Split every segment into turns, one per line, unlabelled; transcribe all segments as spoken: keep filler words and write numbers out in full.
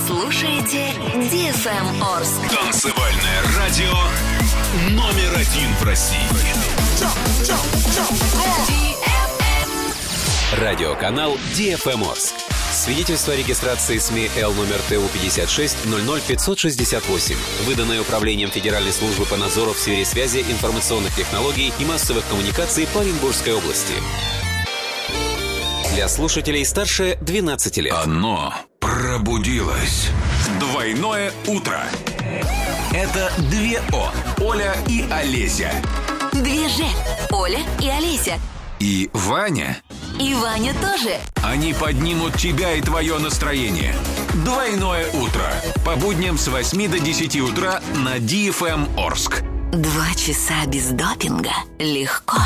слушаете ди эф эм Орск.
Танцевальное радио номер один в России. Радиоканал ди эф эм Орск. Свидетельство о регистрации СМИ Л номер Т У пятьдесят шесть ноль ноль пятьсот шестьдесят восемь, выданное Управлением Федеральной службы по надзору в сфере связи, информационных технологий и массовых коммуникаций по Оренбургской области. Для слушателей старше двенадцати лет.
Оно пробудилось. Двойное утро. Это две О. Оля и Олеся.
Две Ж. Оля и Олеся.
И Ваня.
И Ваня тоже.
Они поднимут тебя и твое настроение. Двойное утро. По будням с восьми до десяти утра на ди эф эм Орск.
Два часа без допинга. Легко.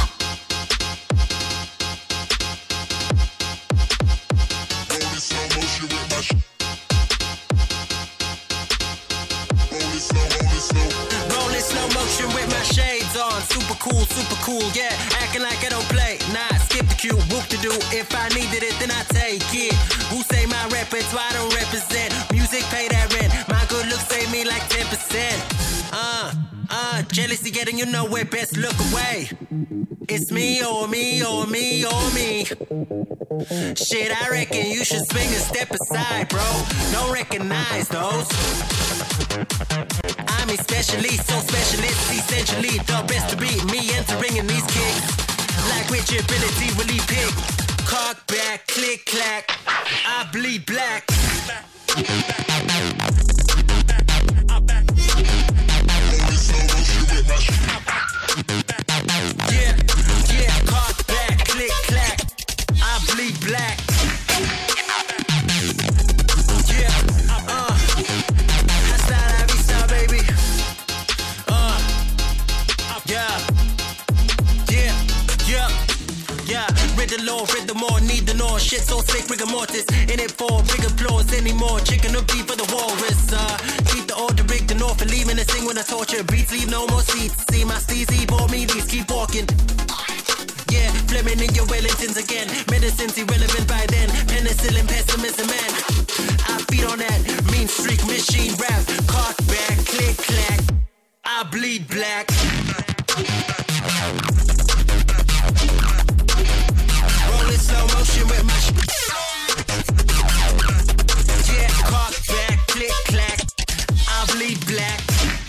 Super cool, super cool, yeah. Acting like I don't play. Nah, skip the cue, whoop to do. If I needed it, then I take it. Who say my repertoire don't represent? Music pay that rent. My good looks save me like ten percent. Uh, uh, jealousy getting you nowhere. Best look away. It's me or me or me or me. Shit, I reckon you should swing and step aside, bro. Don't recognize those. I'm especially so specialist, essentially the best to beat me entering in these kicks. Like which ability will he pick? Cock back, click clack, I bleed black. Yeah, yeah, cock back, click clack, I bleed black. The law, read the more, need the law. Shit so sick, rigor mortis. In it for big applause anymore. Chicken or beef for the walrus. Uh, keep the order, rig the north, and leaving the sing when I torture. Beats leave no more seats. See my sleazy bore me, these keep walking. Yeah, Fleming in your Wellingtons again. Medicine's irrelevant by then. Penicillin, pessimism, man. I feed on that mean streak, machine rap. Cock back, click clack. I bleed black. Slow motion with my sh- yeah, cock back, click clack, I bleed black.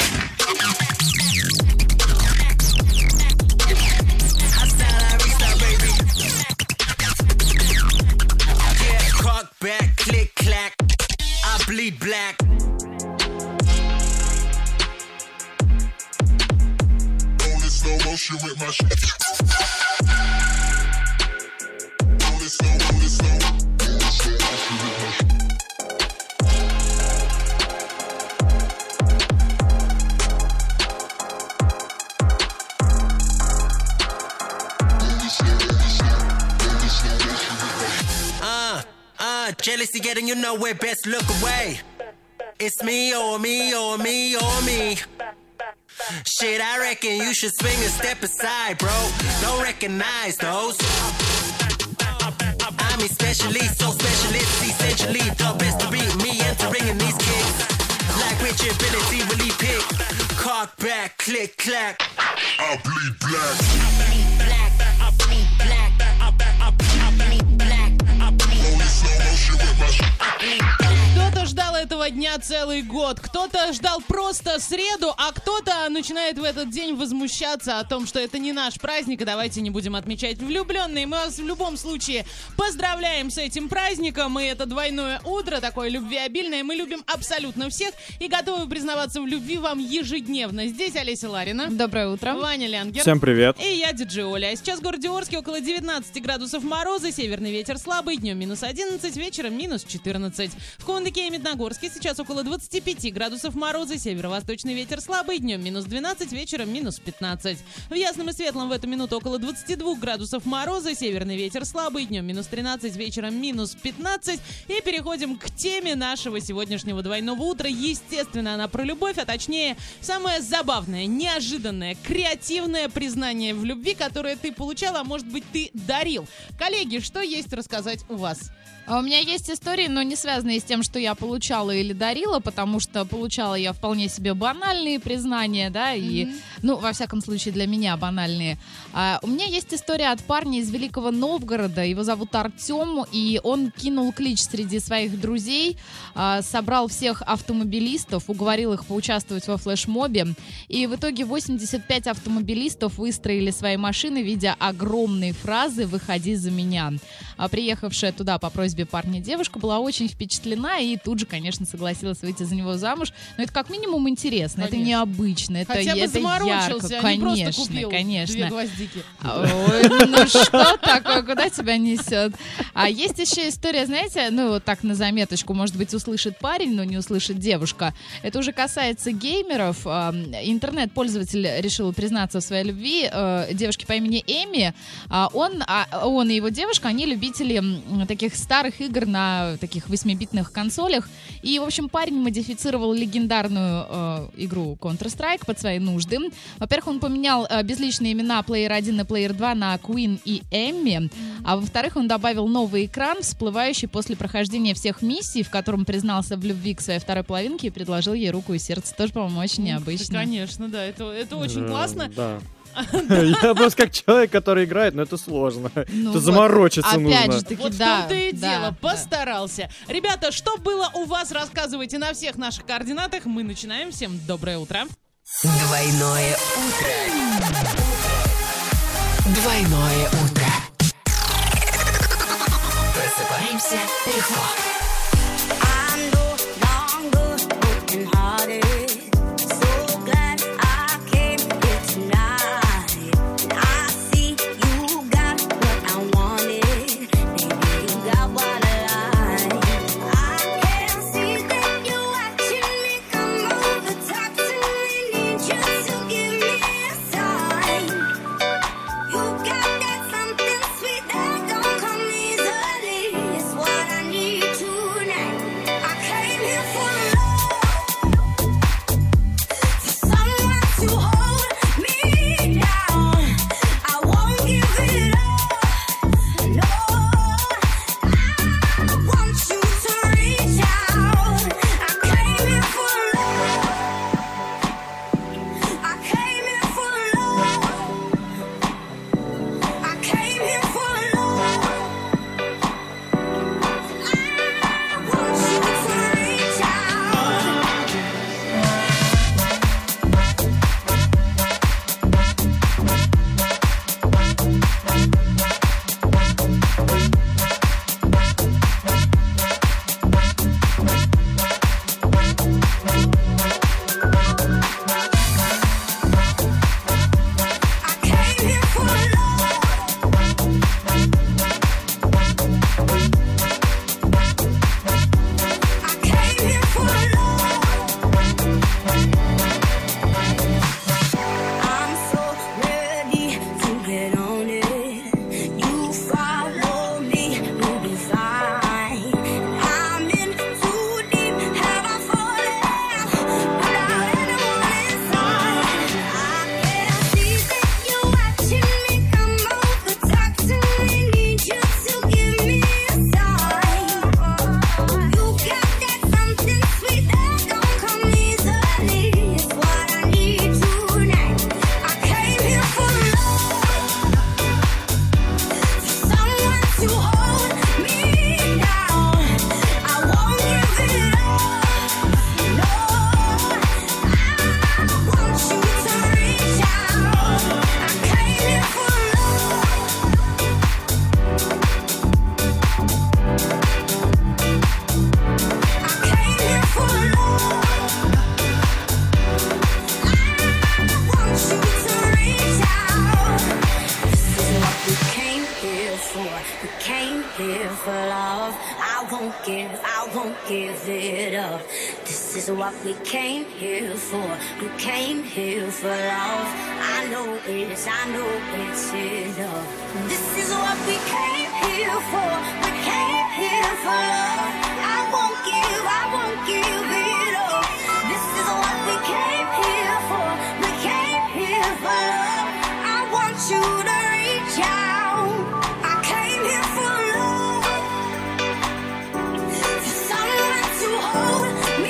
Hasta la vista, baby. Yeah, cock back, click clack, I bleed black. Rolling slow motion with my sh- Jealousy getting you nowhere, best look away. It's me or me or me or me. Shit, I reckon you should swing and step aside, bro. Don't recognize those. I'm especially so specialist, essentially the best to beat me entering in these kicks. Like which ability will he pick? Cock back, click clack. I bleed black. I bleed black. I bleed black. I bleed black.
Кто-то ждал этого дня целый год, кто-то ждал просто среду, а кто-то начинает в этот день возмущаться о том, что это не наш праздник, и давайте не будем отмечать. Влюбленные, мы вас в любом случае поздравляем с этим праздником, и это двойное утро, такое любвеобильное. Мы любим абсолютно всех и готовы признаваться в любви вам ежедневно. Здесь Олеся Ларина.
Доброе утро.
Ваня Лянгер.
Всем привет.
И я, диджей Оля. А сейчас в городе Орске около девятнадцати градусов мороза, северный ветер слабый, днем минус одиннадцать, вечером минус четырнадцать. В Кундыке и Медногорске сейчас около двадцати пяти градусов мороза, северо-восточный ветер слабый, днем минус двенадцать, вечером минус пятнадцать. В Ясном и Светлом в эту минуту около двадцати двух градусов мороза, северный ветер слабый, днем минус тринадцать, вечером минус пятнадцать. И переходим к теме нашего сегодняшнего двойного утра. Естественно, она про любовь, а точнее самое забавное, неожиданное, креативное признание в любви, которое ты получал, а может быть ты дарил. Коллеги, что есть рассказать у вас?
А у меня есть истории, но не связанные с тем, что я получала или дарила, потому что получала я вполне себе банальные признания, да, и, mm-hmm. ну, во всяком случае, для меня банальные. А, у меня есть история от парня из Великого Новгорода, его зовут Артем, и он кинул клич среди своих друзей, а, собрал всех автомобилистов, уговорил их поучаствовать во флешмобе, и в итоге восемьдесят пять автомобилистов выстроили свои машины, видя огромные фразы «Выходи за меня». А приехавшая туда по просьбе парня девушка была очень впечатлена и тут же, конечно, согласилась выйти за него замуж. Но это как минимум интересно, конечно. Это необычно, это,
Хотя бы
это
заморочился,
ярко,
а не
конечно,
просто купил
конечно.
две гвоздики.
Ой, ну что такое, куда тебя несет? А есть еще история, знаете, ну вот так на заметочку, может быть, услышит парень, но не услышит девушка. Это уже касается геймеров. Интернет-пользователь решил признаться в своей любви девушке по имени Эми. Он, он и его девушка, они любители таких старых игр на таких восьмибитных консолях. И, в общем, парень модифицировал легендарную э, игру Counter-Strike под свои нужды. Во-первых, он поменял э, безличные имена Player один и Player два на Queen и Эмми. А во-вторых, он добавил новый экран, всплывающий после прохождения всех миссий, в котором признался в любви к своей второй половинке и предложил ей руку и сердце. Тоже, по-моему, очень необычно.
Конечно, да, это, это очень классно.
Да. Я просто как человек, который играет, но это сложно.
Ну
это
вот,
заморочиться
опять
нужно.
же таки,
вот
да,
в том-то и
да,
дело,
да.
постарался. Ребята, что было у вас, рассказывайте на всех наших координатах. Мы начинаем. Всем доброе утро.
Двойное утро. Двойное утро. Просыпаемся легко.
What we came here for, we came here for love. I know it's, I know it's enough. This is what we came here for, we came here for love. I won't give, I won't give it up. This is what we came here for, we came here for love. I want you to reach out. I came here for love, for someone to hold.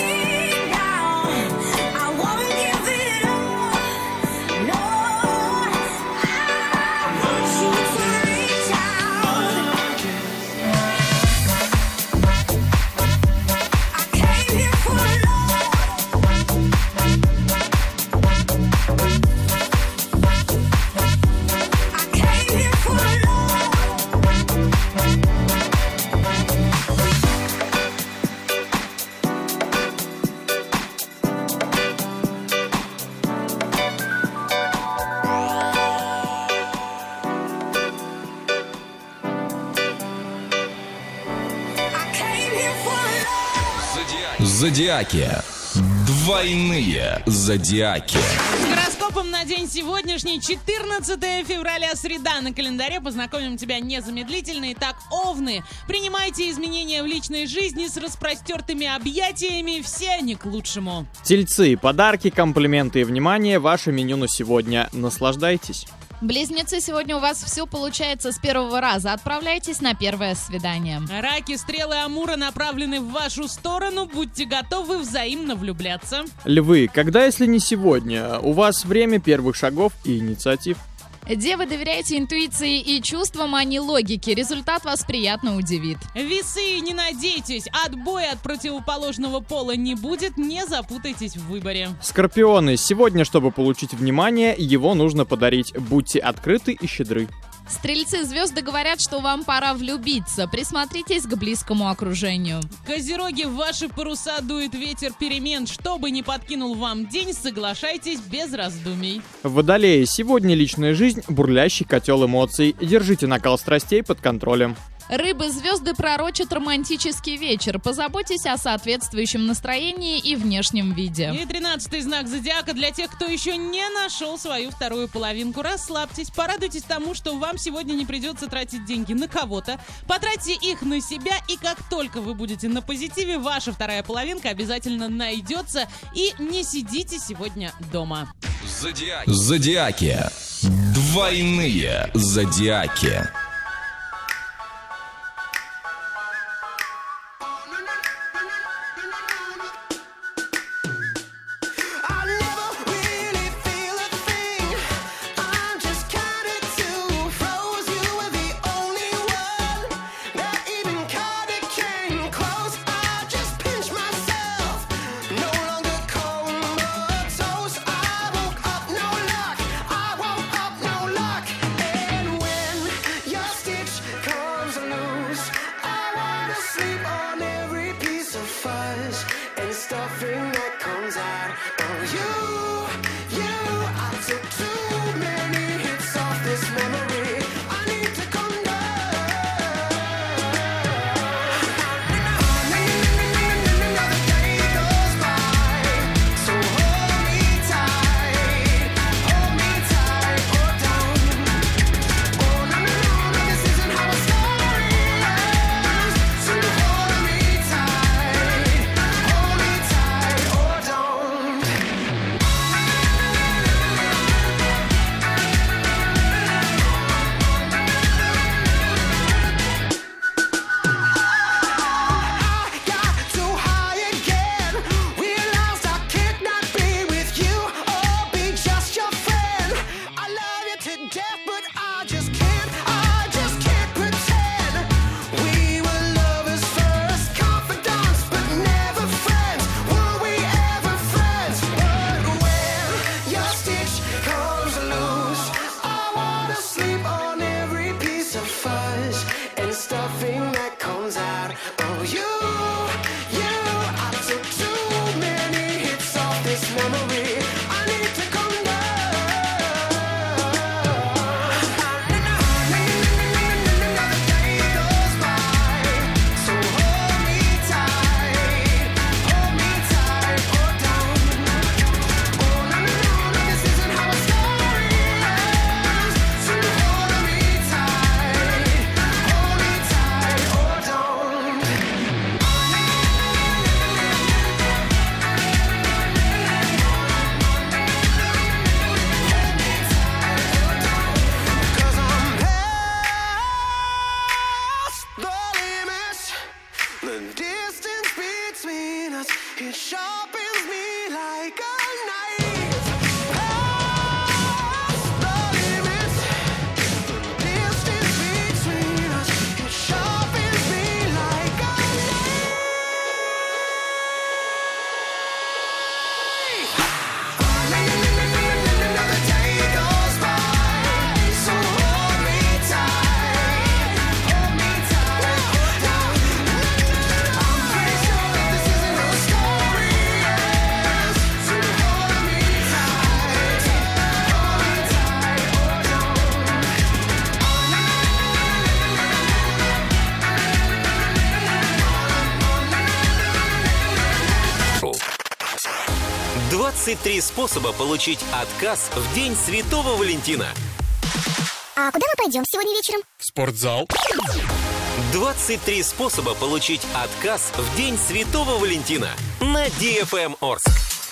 Зодиаки. Двойные зодиаки.
С гороскопом на день сегодняшний, четырнадцатое февраля, среда на календаре. Познакомим тебя незамедлительно. Итак, овны, принимайте изменения в личной жизни с распростертыми объятиями, все они к лучшему.
Тельцы, подарки, комплименты и внимание — ваше меню на сегодня. Наслаждайтесь.
Близнецы, сегодня у вас все получается с первого раза. Отправляйтесь на первое свидание.
Раки, стрелы Амура направлены в вашу сторону. Будьте готовы взаимно влюбляться.
Львы, когда, если не сегодня? У вас время первых шагов и инициатив.
Девы, доверяйте интуиции и чувствам, а не логике. Результат вас приятно удивит.
Весы, не надейтесь, отбоя от противоположного пола не будет, не запутайтесь в выборе.
Скорпионы, сегодня, чтобы получить внимание, его нужно подарить. Будьте открыты и щедры.
Стрельцы, звезды говорят, что вам пора влюбиться. Присмотритесь к близкому окружению.
Козероги, в ваши паруса дует ветер перемен. Что бы ни подкинул вам день, соглашайтесь без раздумий.
Водолеи, сегодня личная жизнь — бурлящий котел эмоций. Держите накал страстей под контролем.
Рыбы, звезды пророчат романтический вечер. Позаботьтесь о соответствующем настроении и внешнем виде.
И тринадцатый знак зодиака для тех, кто еще не нашел свою вторую половинку. Расслабьтесь, порадуйтесь тому, что вам сегодня не придется тратить деньги на кого-то. Потратьте их на себя, и как только вы будете на позитиве, ваша вторая половинка обязательно найдется. И не сидите сегодня дома.
Зодиаки. Зодиаки. Двойные зодиаки.
двадцать три способа получить отказ в День Святого Валентина.
А куда мы пойдем сегодня вечером?
В спортзал.
двадцать три способа получить отказ в День Святого Валентина на ди эф эм Орск.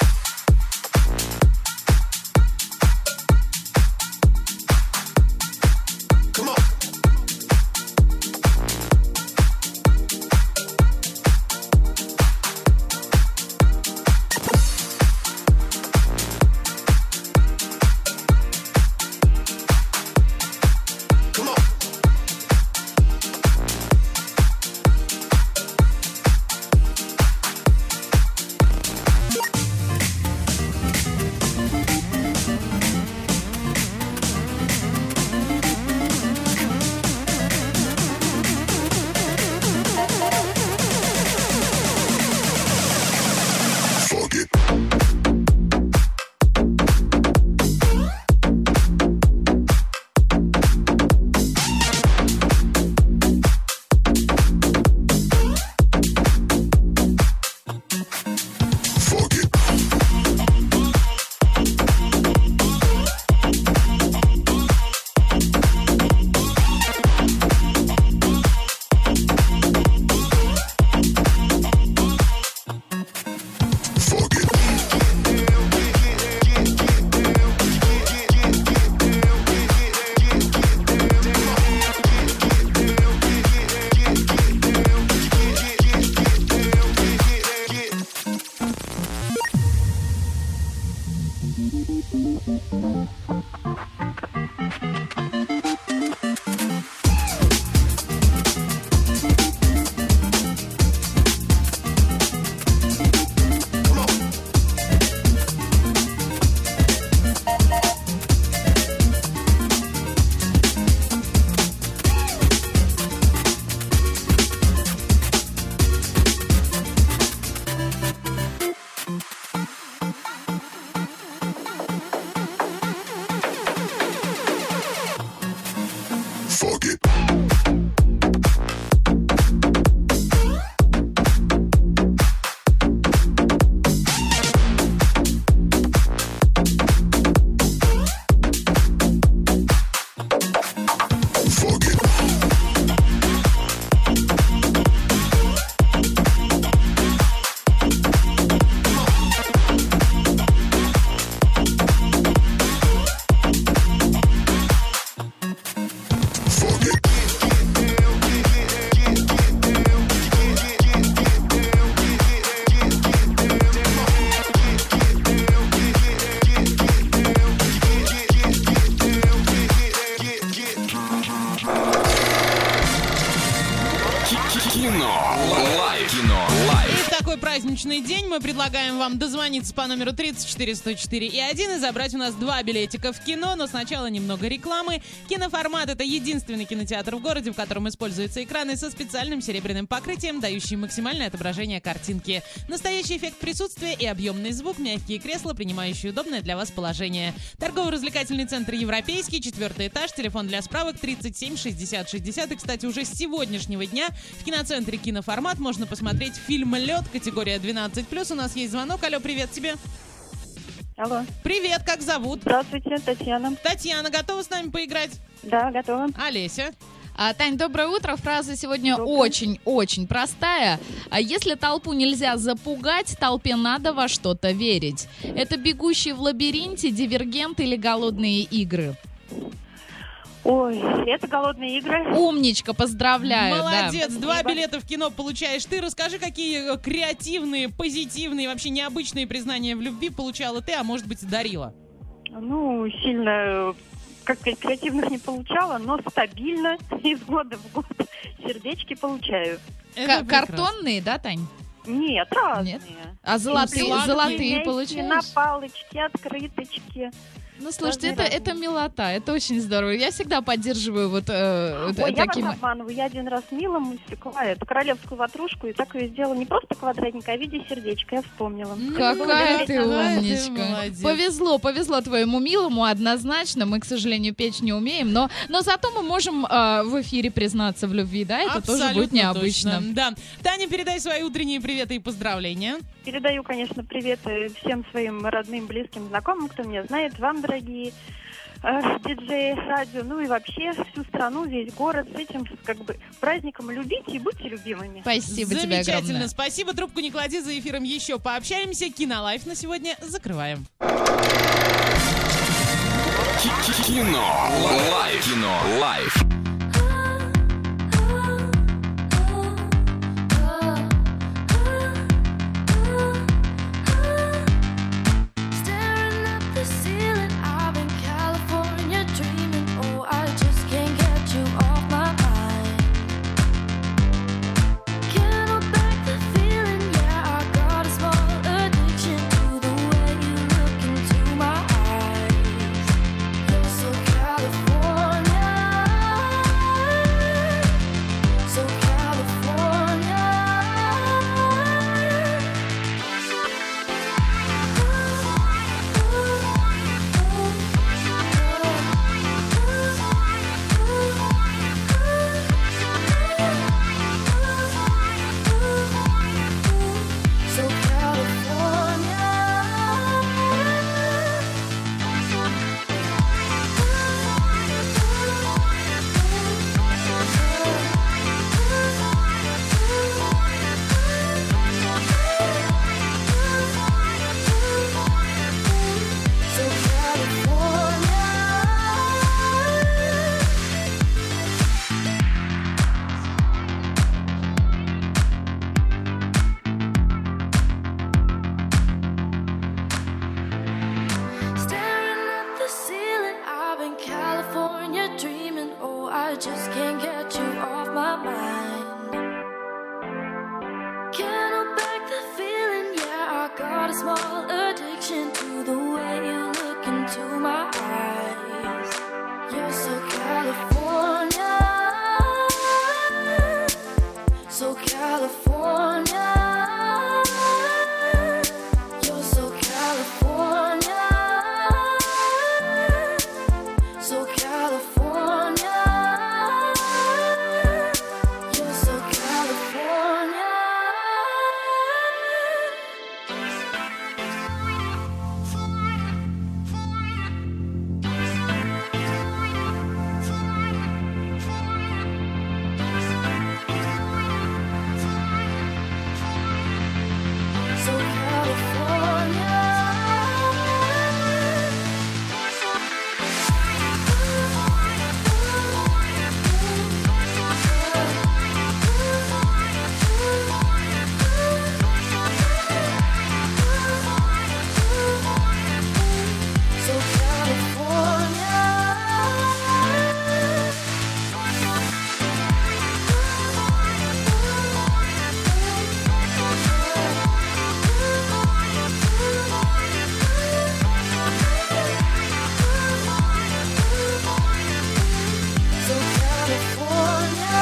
Праздничный день. Мы предлагаем вам дозвониться по номеру тридцать четыре сто четыре и один и забрать у нас два билетика в кино. Но сначала немного рекламы. Киноформат — это единственный кинотеатр в городе, в котором используются экраны со специальным серебряным покрытием, дающие максимальное отображение картинки. Настоящий эффект присутствия и объемный звук, мягкие кресла, принимающие удобное для вас положение. Торгово-развлекательный центр «Европейский», четвертый этаж, телефон для справок тридцать семь шестьдесят шестьдесят. И, кстати, уже с сегодняшнего дня в киноцентре «Киноформат» можно посмотреть фильм «Лед», категория двенадцать плюс. У нас есть звонок. Алло, привет тебе.
Алло.
Привет, как зовут?
Здравствуйте, Татьяна.
Татьяна, готова с нами поиграть?
Да, готова.
Олеся.
А, Тань, доброе утро. Фраза сегодня очень-очень простая. А если толпу нельзя запугать, толпе надо во что-то верить. Это «Бегущий в лабиринте», «Дивергент» или «Голодные игры»?
Ой, это «Голодные игры».
Умничка, поздравляю.
Молодец,
да.
Два билета в кино получаешь ты. Расскажи, какие креативные, позитивные, вообще необычные признания в любви получала ты, а может быть, дарила?
Ну, сильно, как сказать, креативных не получала, но стабильно из года в год сердечки получаю.
К- картонные, да, Тань?
Нет, разные.
Нет? А золотые,
Сладкие,
золотые
мягкие,
получаешь?
На палочке, открыточки.
Ну, слушайте,
Разные,
это, это милота, это очень здорово. Я всегда поддерживаю вот э,
Ой,
т-
я
таким...
вас обманываю. Я один раз милом испекла эту королевскую ватрушку, и так ее сделала не просто квадратник, а в виде сердечка. Я вспомнила.
Какая ты
Какая ты
умничка.
молодец.
Повезло, повезло твоему милому, однозначно. Мы, к сожалению, печь не умеем, но, но зато мы можем э, в эфире признаться в любви, да? Это тоже будет
Абсолютно
необычно.
точно. Да. Таня, передай свои утренние приветы и поздравления.
Передаю, конечно, привет э, всем своим родным, близким, знакомым, кто меня знает, вам, дорогие э, диджеи, радио, ну и вообще всю страну, весь город с этим как бы праздником. Любите и будьте любимыми.
Спасибо тебе
Замечательно.
огромное.
Спасибо. Трубку не клади, за эфиром еще пообщаемся. Кинолайф на сегодня закрываем.
Кино. Лайф. Кино. Лайф.
Staring at the ceiling, I'm in California dreaming. Oh, I just can't get you off my mind. Can't hold back the feeling, yeah, I got a small addiction to the way you look into my eyes. You're so California, so California. So Staring at the ceiling, I've been California dreaming. Oh, I just can't get you off my mind. Can't hold back the feeling, yeah, I got a small addiction to the way you look into my eyes. You're so California, so California. You're so California, so California. You're so California. So California. So California. So California.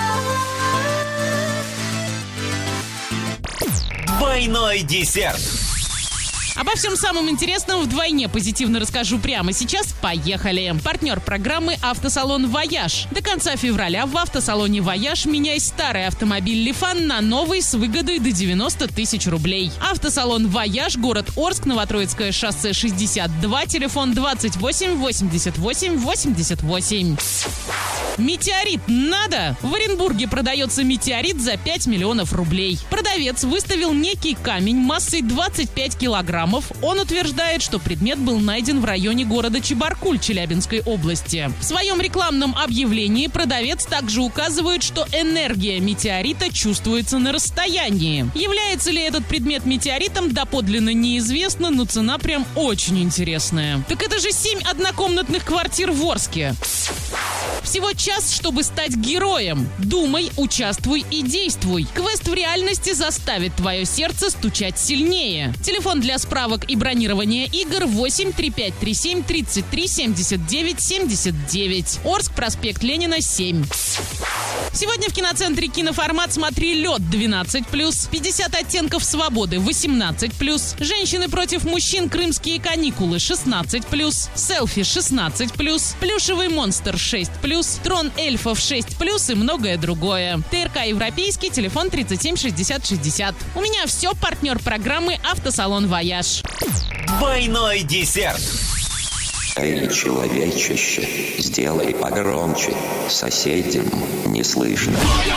Двойной десерт.
Обо всем самом интересном вдвойне позитивно расскажу прямо сейчас. Поехали! Партнер программы «Автосалон Вояж». До конца февраля в автосалоне Вояж меняй старый автомобиль Лифан на новый с выгодой до девяносто тысяч рублей. Автосалон Вояж, город Орск, Новотроицкое шоссе шестьдесят два, телефон двадцать восемь восемьдесят восемь восемьдесят восемь. Метеорит надо? В Оренбурге продается метеорит за пять миллионов рублей. Продавец выставил некий камень массой двадцать пять килограммов. Он утверждает, что предмет был найден в районе города Чебаркуль Челябинской области. В своем рекламном объявлении продавец также указывает, что энергия метеорита чувствуется на расстоянии. Является ли этот предмет метеоритом, доподлинно неизвестно, но цена прям очень интересная. Так это же семь однокомнатных квартир в Орске. Всего час, чтобы стать героем. Думай, участвуй и действуй. Квест в реальности заставит твое сердце стучать сильнее. Телефон для справок и бронирования игр восемь три пять три семь тридцать три семьдесят девять семьдесят девять. Орск, проспект Ленина, семь. Сегодня в киноцентре «Киноформат» смотри «Лед» двенадцать плюс, пятьдесят оттенков свободы восемнадцать плюс, «Женщины против мужчин. Крымские каникулы» шестнадцать плюс, «Селфи» шестнадцать плюс, «Плюшевый монстр» шесть плюс, «Трон эльфов» шесть плюс и многое другое. ТРК «Европейский», телефон тридцать семь шестьдесят шестьдесят. У меня все, партнер программы «Автосалон Вояж».
Двойной десерт.
Эй, человечище, сделай погромче, соседям не слышно.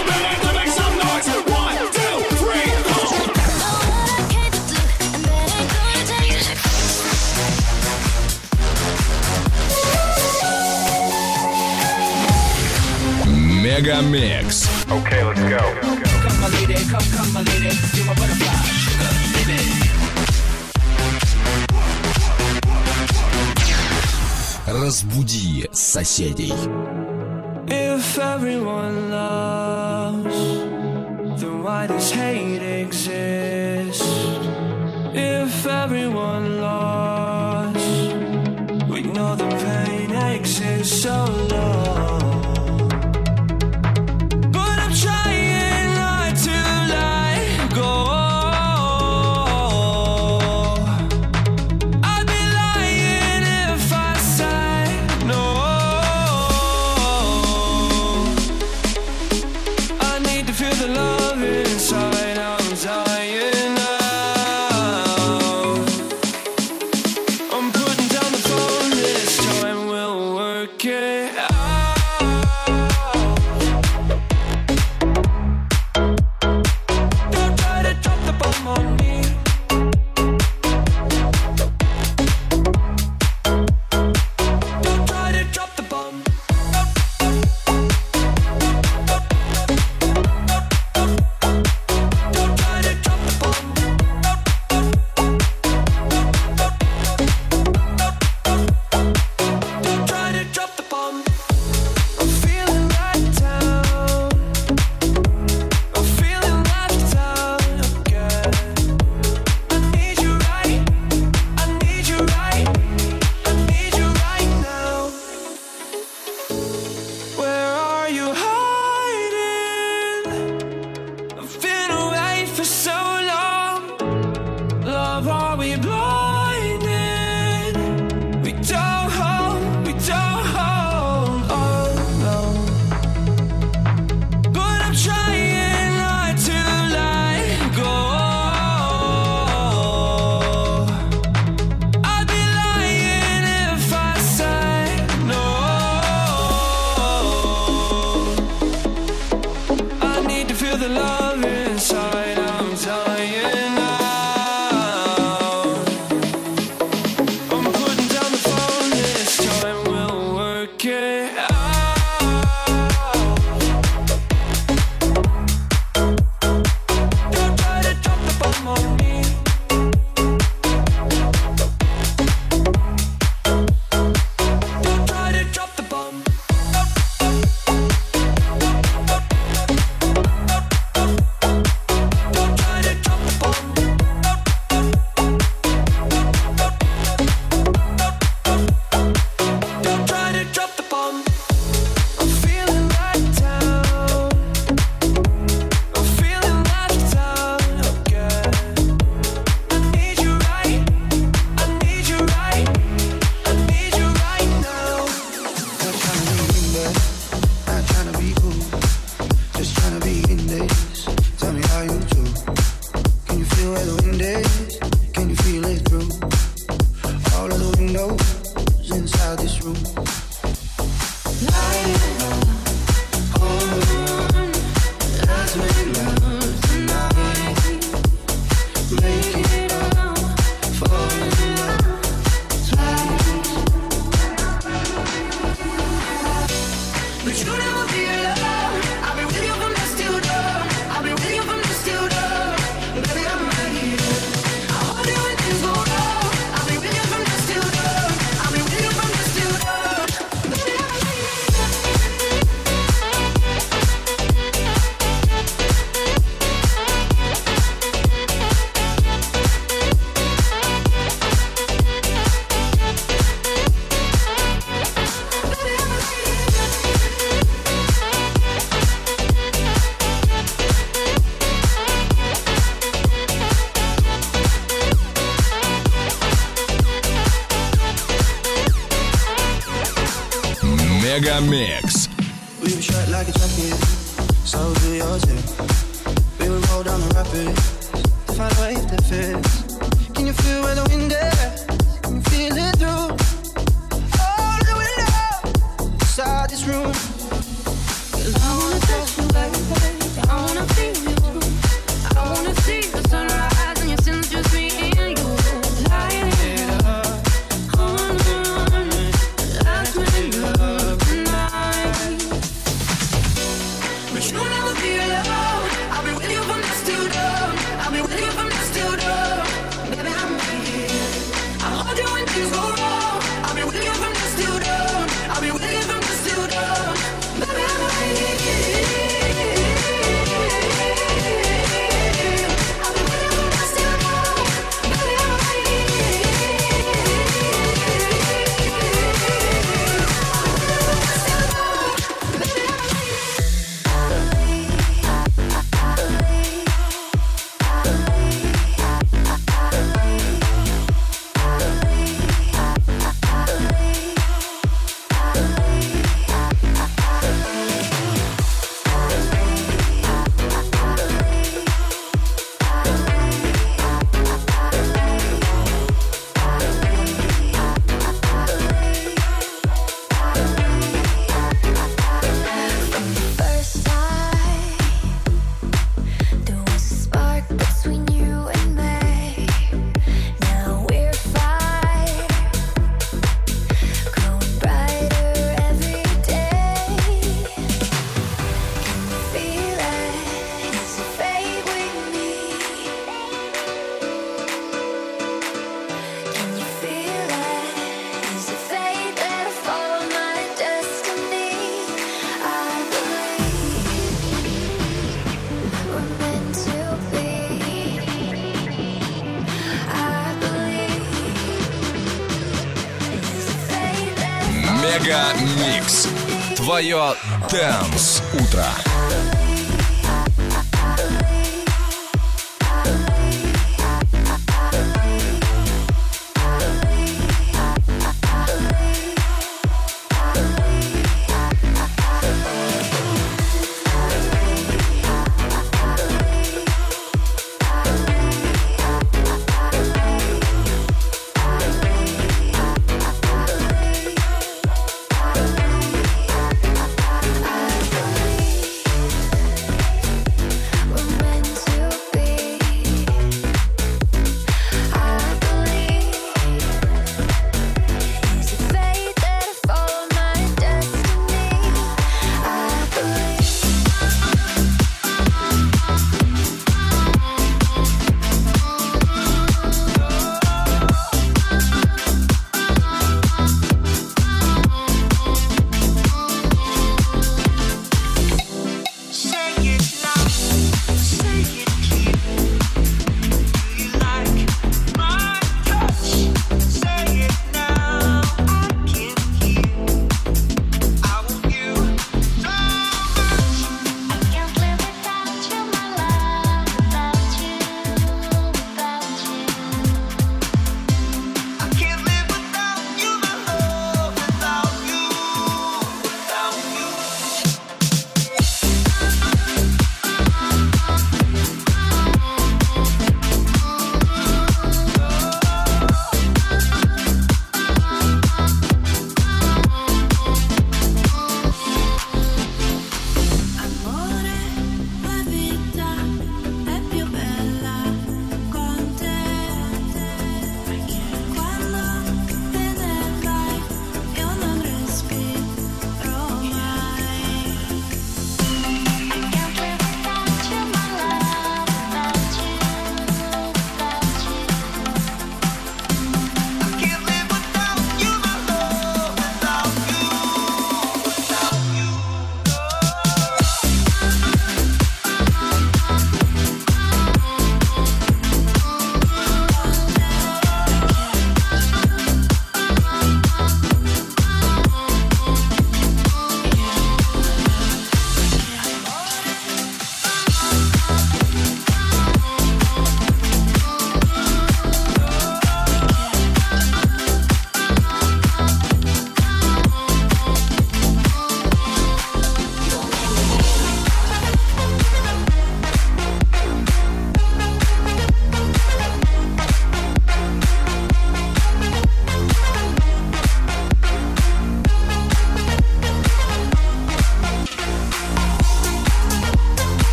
Мегамикс.
Okay, let's go. Come, my lady, come, come, my lady, you're my butterfly, sugar, baby.
Разбуди соседей.
If everyone loves, then why does hate exist? If everyone lost, we know the pain exists so long. But I'm trying not to let go. Okay.
Мегамикс.
We were shut like a jacket, so do yours too. We would roll down the rapids to find a wave that fits. Can you feel where the wind is? Can you feel it through all the windows inside this room? 'Cause I wanna touch you, baby. I wanna feel you. I wanna see the sunrise and your sins just me and you. Light it up, on and on. Let's make love tonight. But you'll never be alone. I'll be with you from dusk till dawn. I'll be with you from dusk till dawn. Baby, I'm here. I'll hold you when things go wrong. I'll be with you from dusk till dawn. I'll be with you from dusk till dawn. Baby, I'm here.
Мегамикс. Твое Dance утро.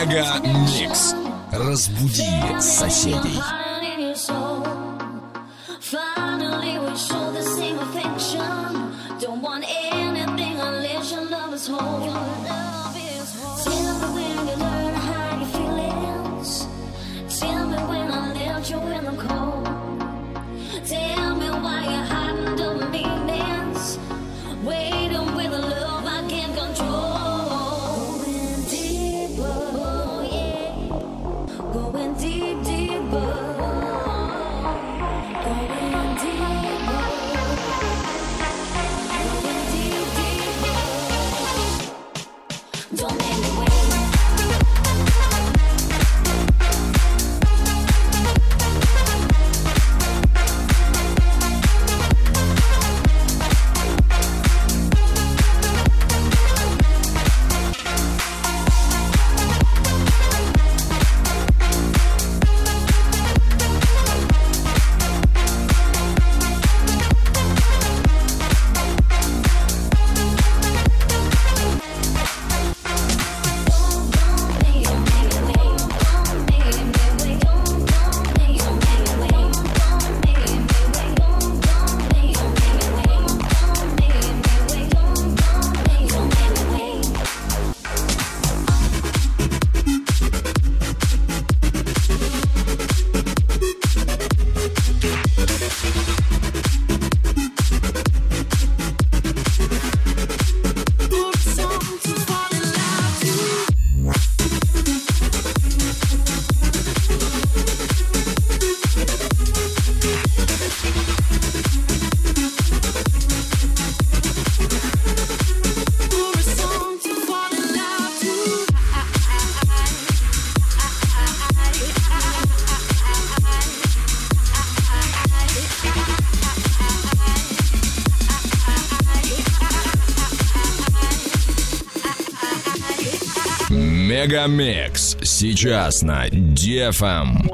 Мега Микс. Разбуди соседей.
Finally, we show the same affection. Don't want anything unless your love is whole. Tell me when you learn how your feelings. Tell me when I left you in the cold. Tell me why you're hiding the meanings. Waiting with a love I can't control. Going deeper, oh yeah. Going deep, deeper.
Мегамикс сейчас на ди эф эм.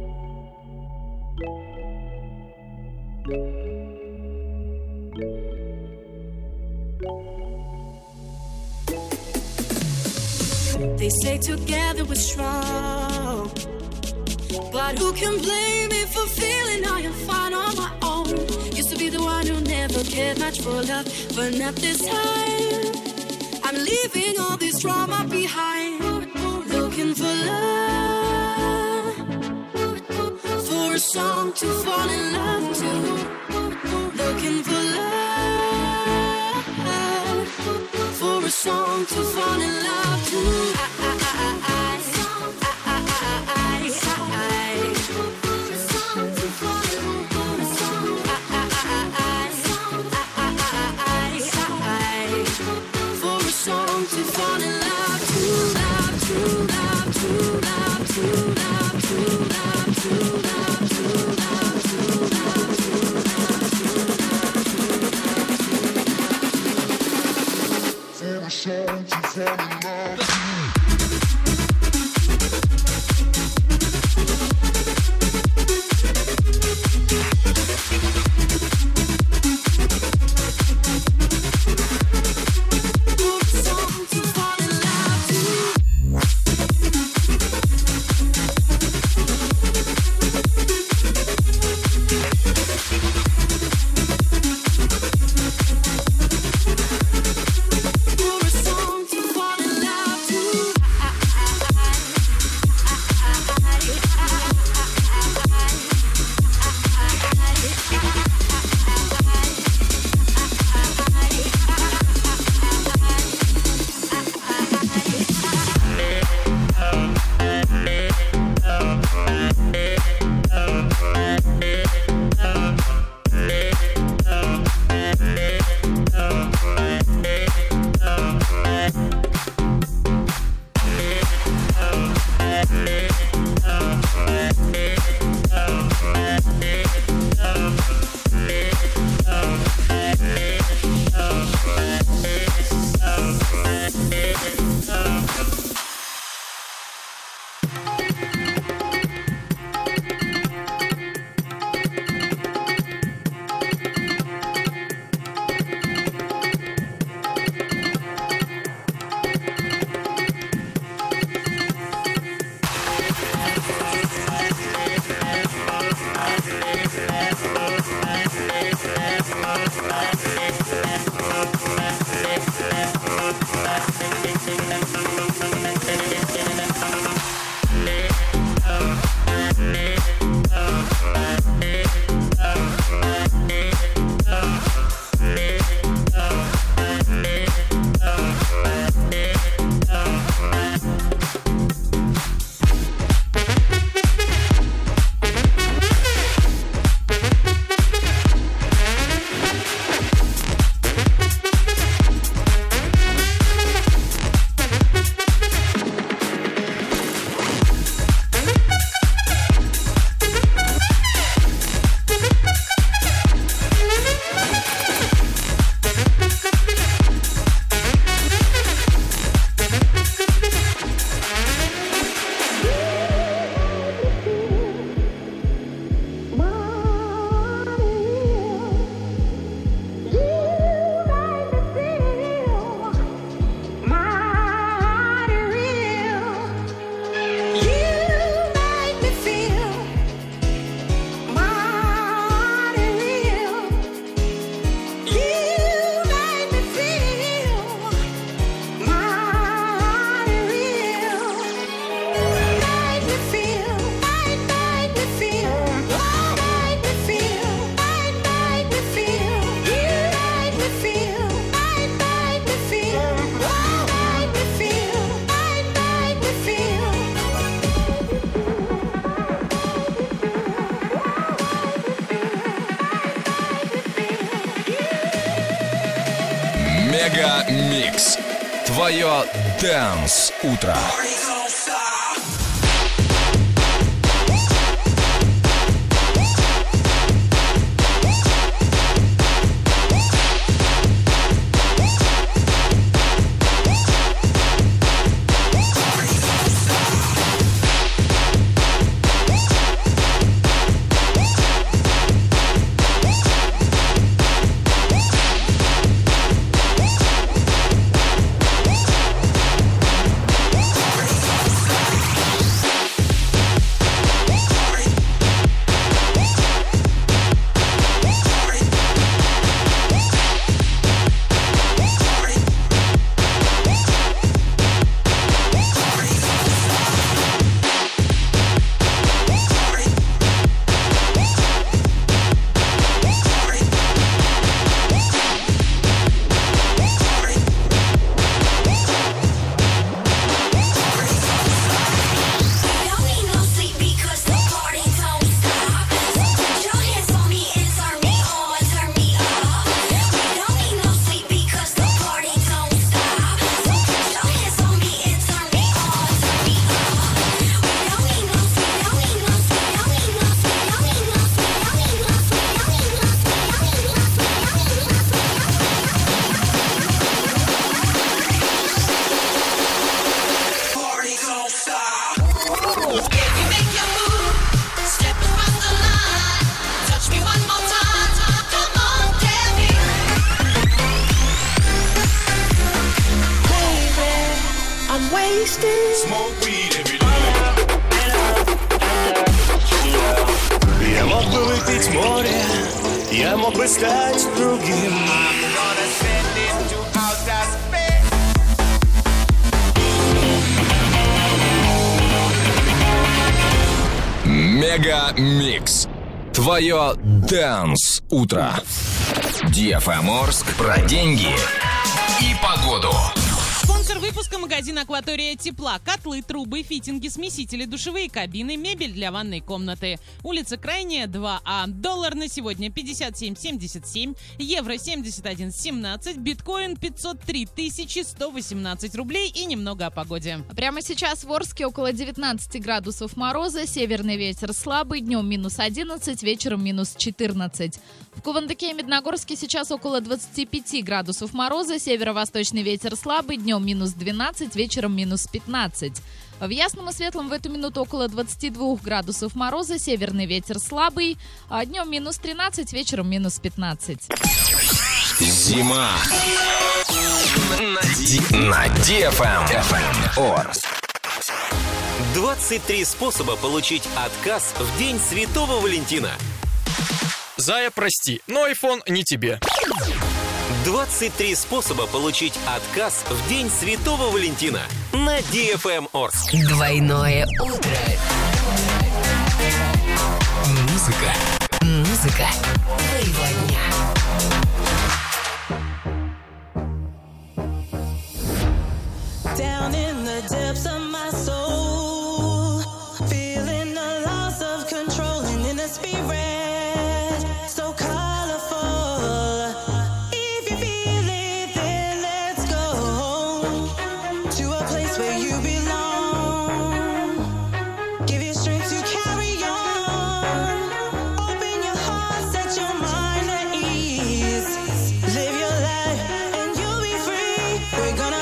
They say together we're strong, but who can blame me for feeling I am fine on my own? Used to be the one who never cared much for love, but not this time. I'm leaving all this drama behind, looking for love, for a song to fall in love to, looking for love, for a song to fall in love to. I, I, I, I, I, I, I, I, for a song to fall in love, for a song. I, I, I, I, I, I, I, for a song to fall in love to, love to, love to, love to, love to, love to, love to, love to, love to, for a song to fall in love.
Мега Микс. Твое Dance утро.
Я мог бы выпить море, я мог бы стать другим.
Мега Микс. Твое Dance утро. ди эф эм Орск про деньги и погоду.
Спонсор выпуска — магазин «Акватория тепла». Котлы, трубы, фитинги, смесители, душевые кабины, мебель для ванной комнаты. Улица Крайняя, два А. Доллар на сегодня пятьдесят семь семьдесят семь, евро семьдесят один семнадцать, биткоин пятьсот три тысячи сто восемнадцать рублей и немного о погоде.
Прямо сейчас в Орске около девятнадцати градусов мороза, северный ветер слабый, днем минус одиннадцать, вечером минус четырнадцать. В Кувандыке и Медногорске сейчас около двадцати пяти градусов мороза, северо-восточный ветер слабый, днем минус двенадцать, вечером минус пятнадцать. В Ясном и Светлом в эту минуту около двадцати двух градусов мороза, северный ветер слабый, а днем минус тринадцать, вечером минус пятнадцать.
Зима на ди эф эм Орск.
двадцать три способа получить отказ в День Святого Валентина.
Зая, прости, но iPhone не тебе.
двадцать три способа получить отказ в День Святого Валентина на ди эф эм Орск.
Двойное утро. Музыка. Музыка твоего дня.
Down in the depths of my soul, feeling the loss of control and in the spirit, so colorful. If you feel it, then let's go to a place where you belong. Give you strength to carry on. Open your heart, set your mind at ease. Live your life and you'll be free. We're gonna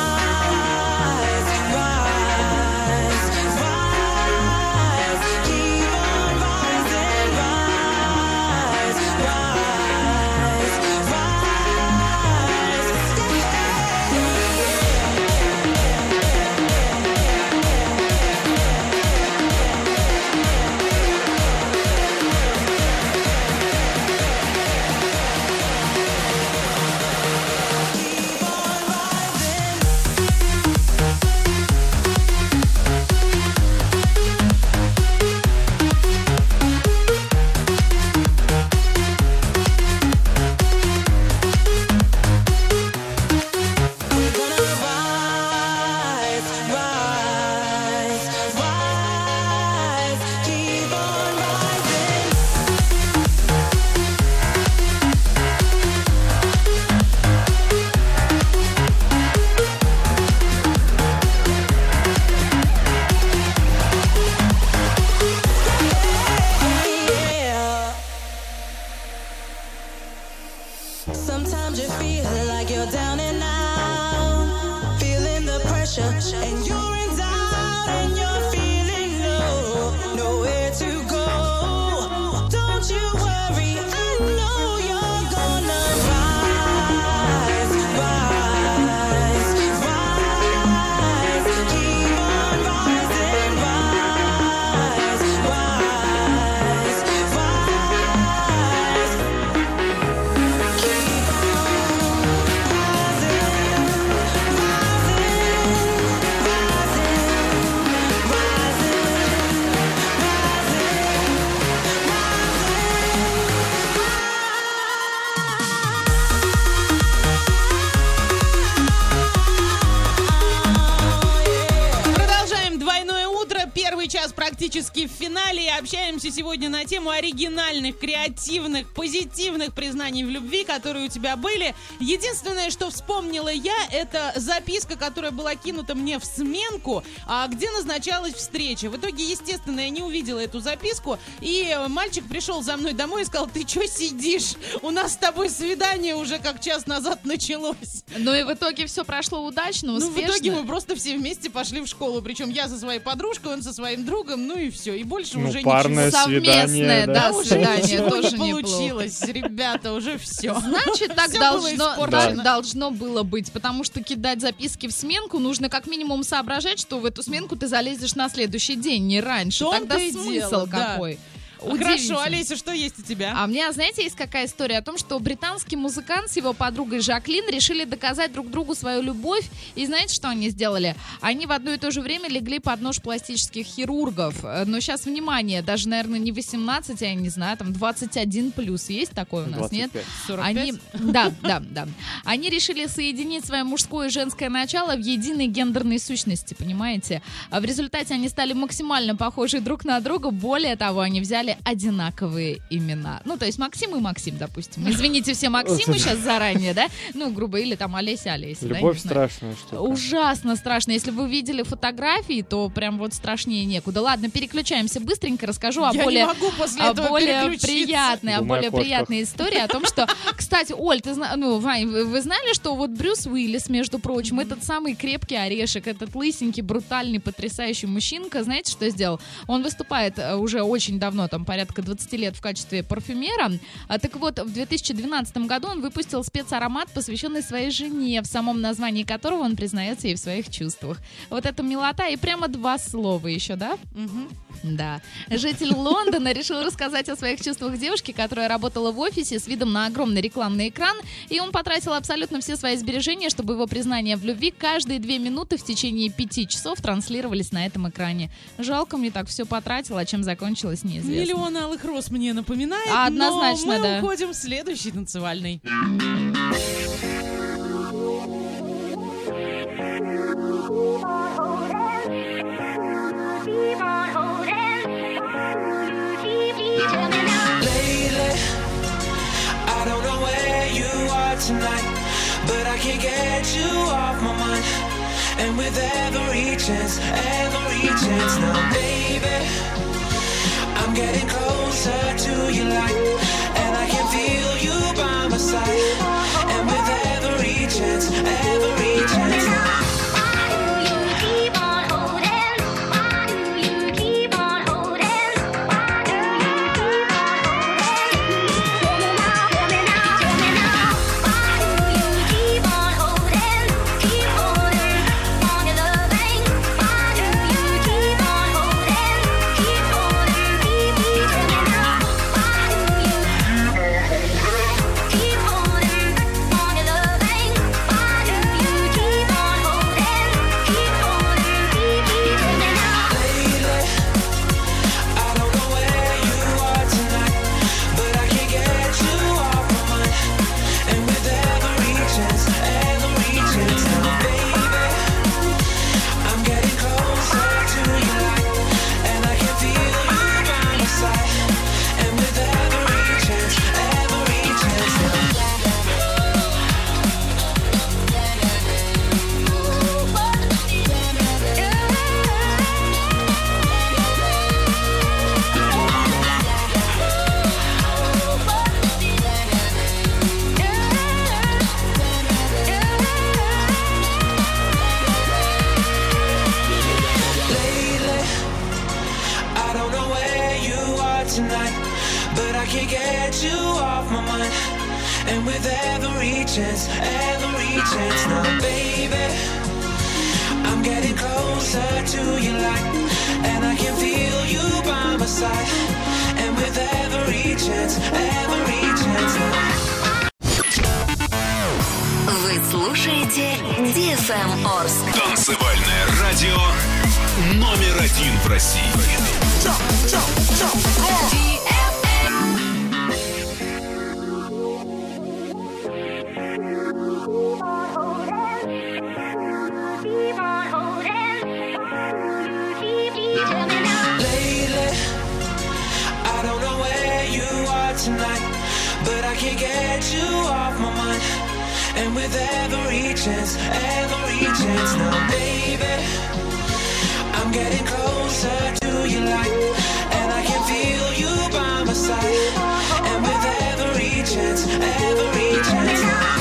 sometimes you feel like you're down and out, feeling the pressure, and you're in doubt, and you're feeling low, nowhere to go. Don't you worry, I know you're gonna rise, rise, rise, keep on rising, rise, rise, rise.
Час практически в финале, и общаемся сегодня на тему оригинальных, креативных, позитивных признаний в любви, которые у тебя были. Единственное, что вспомнила я, это записка, которая была кинута мне в сменку, а где назначалась встреча. В итоге, естественно, я не увидела эту записку, и мальчик пришел за мной домой и сказал: ты что сидишь? У нас с тобой свидание уже как час назад началось.
Ну и в итоге все прошло удачно, успешно.
Ну в итоге мы просто все вместе пошли в школу, причем я со своей подружкой, он со своим другом, ну и все, и больше
ну,
уже
парное
ничего.
Совместное,
да, да,
уже
свидание
ничего
тоже
не
неплохо.
Получилось, ребята, уже все.
Значит, так,
Всё
должно,
было
так
испорчено.
должно было быть, потому что кидать записки в сменку нужно как минимум соображать, что в эту сменку ты залезешь на следующий день, не раньше.
В том-то
Тогда
и
смысл
дело, да.
какой?
Хорошо, Олеся, что есть у тебя?
А у меня, знаете, есть какая история о том, что британский музыкант с его подругой Жаклин решили доказать друг другу свою любовь. И знаете, что они сделали? Они в одно и то же время легли под нож пластических хирургов. Но сейчас, внимание, даже, наверное, не восемнадцать, я не знаю, там двадцать один плюс есть такое у нас,
двадцать пять.
нет?
сорок пять?
Они, да, да, да. Они решили соединить свое мужское и женское начало в единой гендерной сущности, понимаете? А в результате они стали максимально похожи друг на друга. Более того, они взяли одинаковые имена. Ну, то есть Максим и Максим, допустим. Извините все Максимы сейчас заранее, да? Ну, грубо, или там Олеся, Олеся.
Любовь
да,
страшная штука.
Ужасно страшно. Если вы видели фотографии, то прям вот страшнее некуда. Ладно, переключаемся быстренько, расскажу о
Я
более,
не могу после
о
этого
более
переключиться.
приятной, о
Думаю
более
о кошках.
приятной истории о том, что, кстати, Оль, ты зна... ну, Вань, вы, вы знали, что вот Брюс Уиллис, между прочим, mm-hmm. этот самый крепкий орешек, этот лысенький, брутальный, потрясающий мужчинка, знаете, что сделал? Он выступает уже очень давно, там, там порядка двадцать лет в качестве парфюмера. А, так вот, в две тысячи двенадцатом году он выпустил спецаромат, посвященный своей жене, в самом названии которого он признается ей в своих чувствах. Вот это милота и прямо два слова еще, да?
Угу.
Да. Житель Лондона решил рассказать о своих чувствах девушке, которая работала в офисе с видом на огромный рекламный экран, и он потратил абсолютно все свои сбережения, чтобы его признание в любви каждые две минуты в течение пяти часов транслировались на этом экране. Жалко, мне так все потратил, а чем закончилось, неизвестно.
Миллион алых роз мне напоминает,
а, однозначно,
но мы
да.
уходим в следующий танцевальный.
I don't know where you are tonight, but I can't get you off my mind. And with every chance, every chance now, baby, I'm getting closer to your light, and I can feel you by my side. And with every chance, every chance now.
Вы слушаете ди эф эм Орск.
Танцевальное радио номер один в России.
I don't know where you are tonight, but I can't get you off my mind. And with every chance, every chance now, baby, I'm getting closer to your light, and I can feel you by my side. And with every chance, every chance now.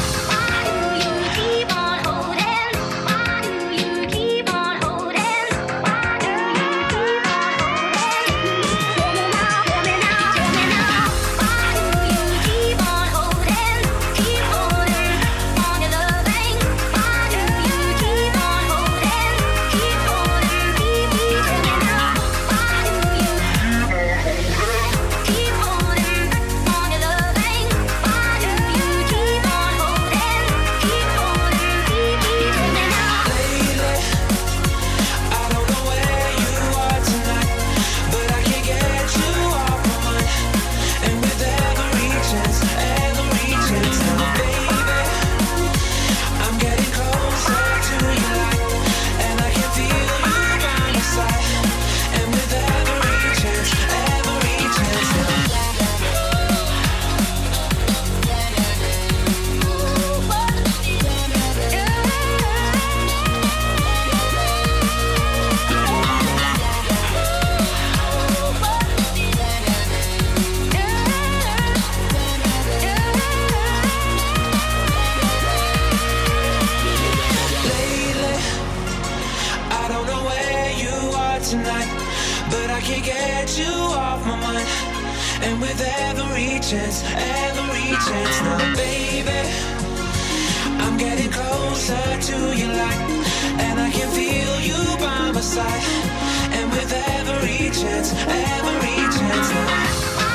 And with every chance, every chance now, baby, I'm getting closer to your light, and I can feel you by my side. And with every chance, every chance now.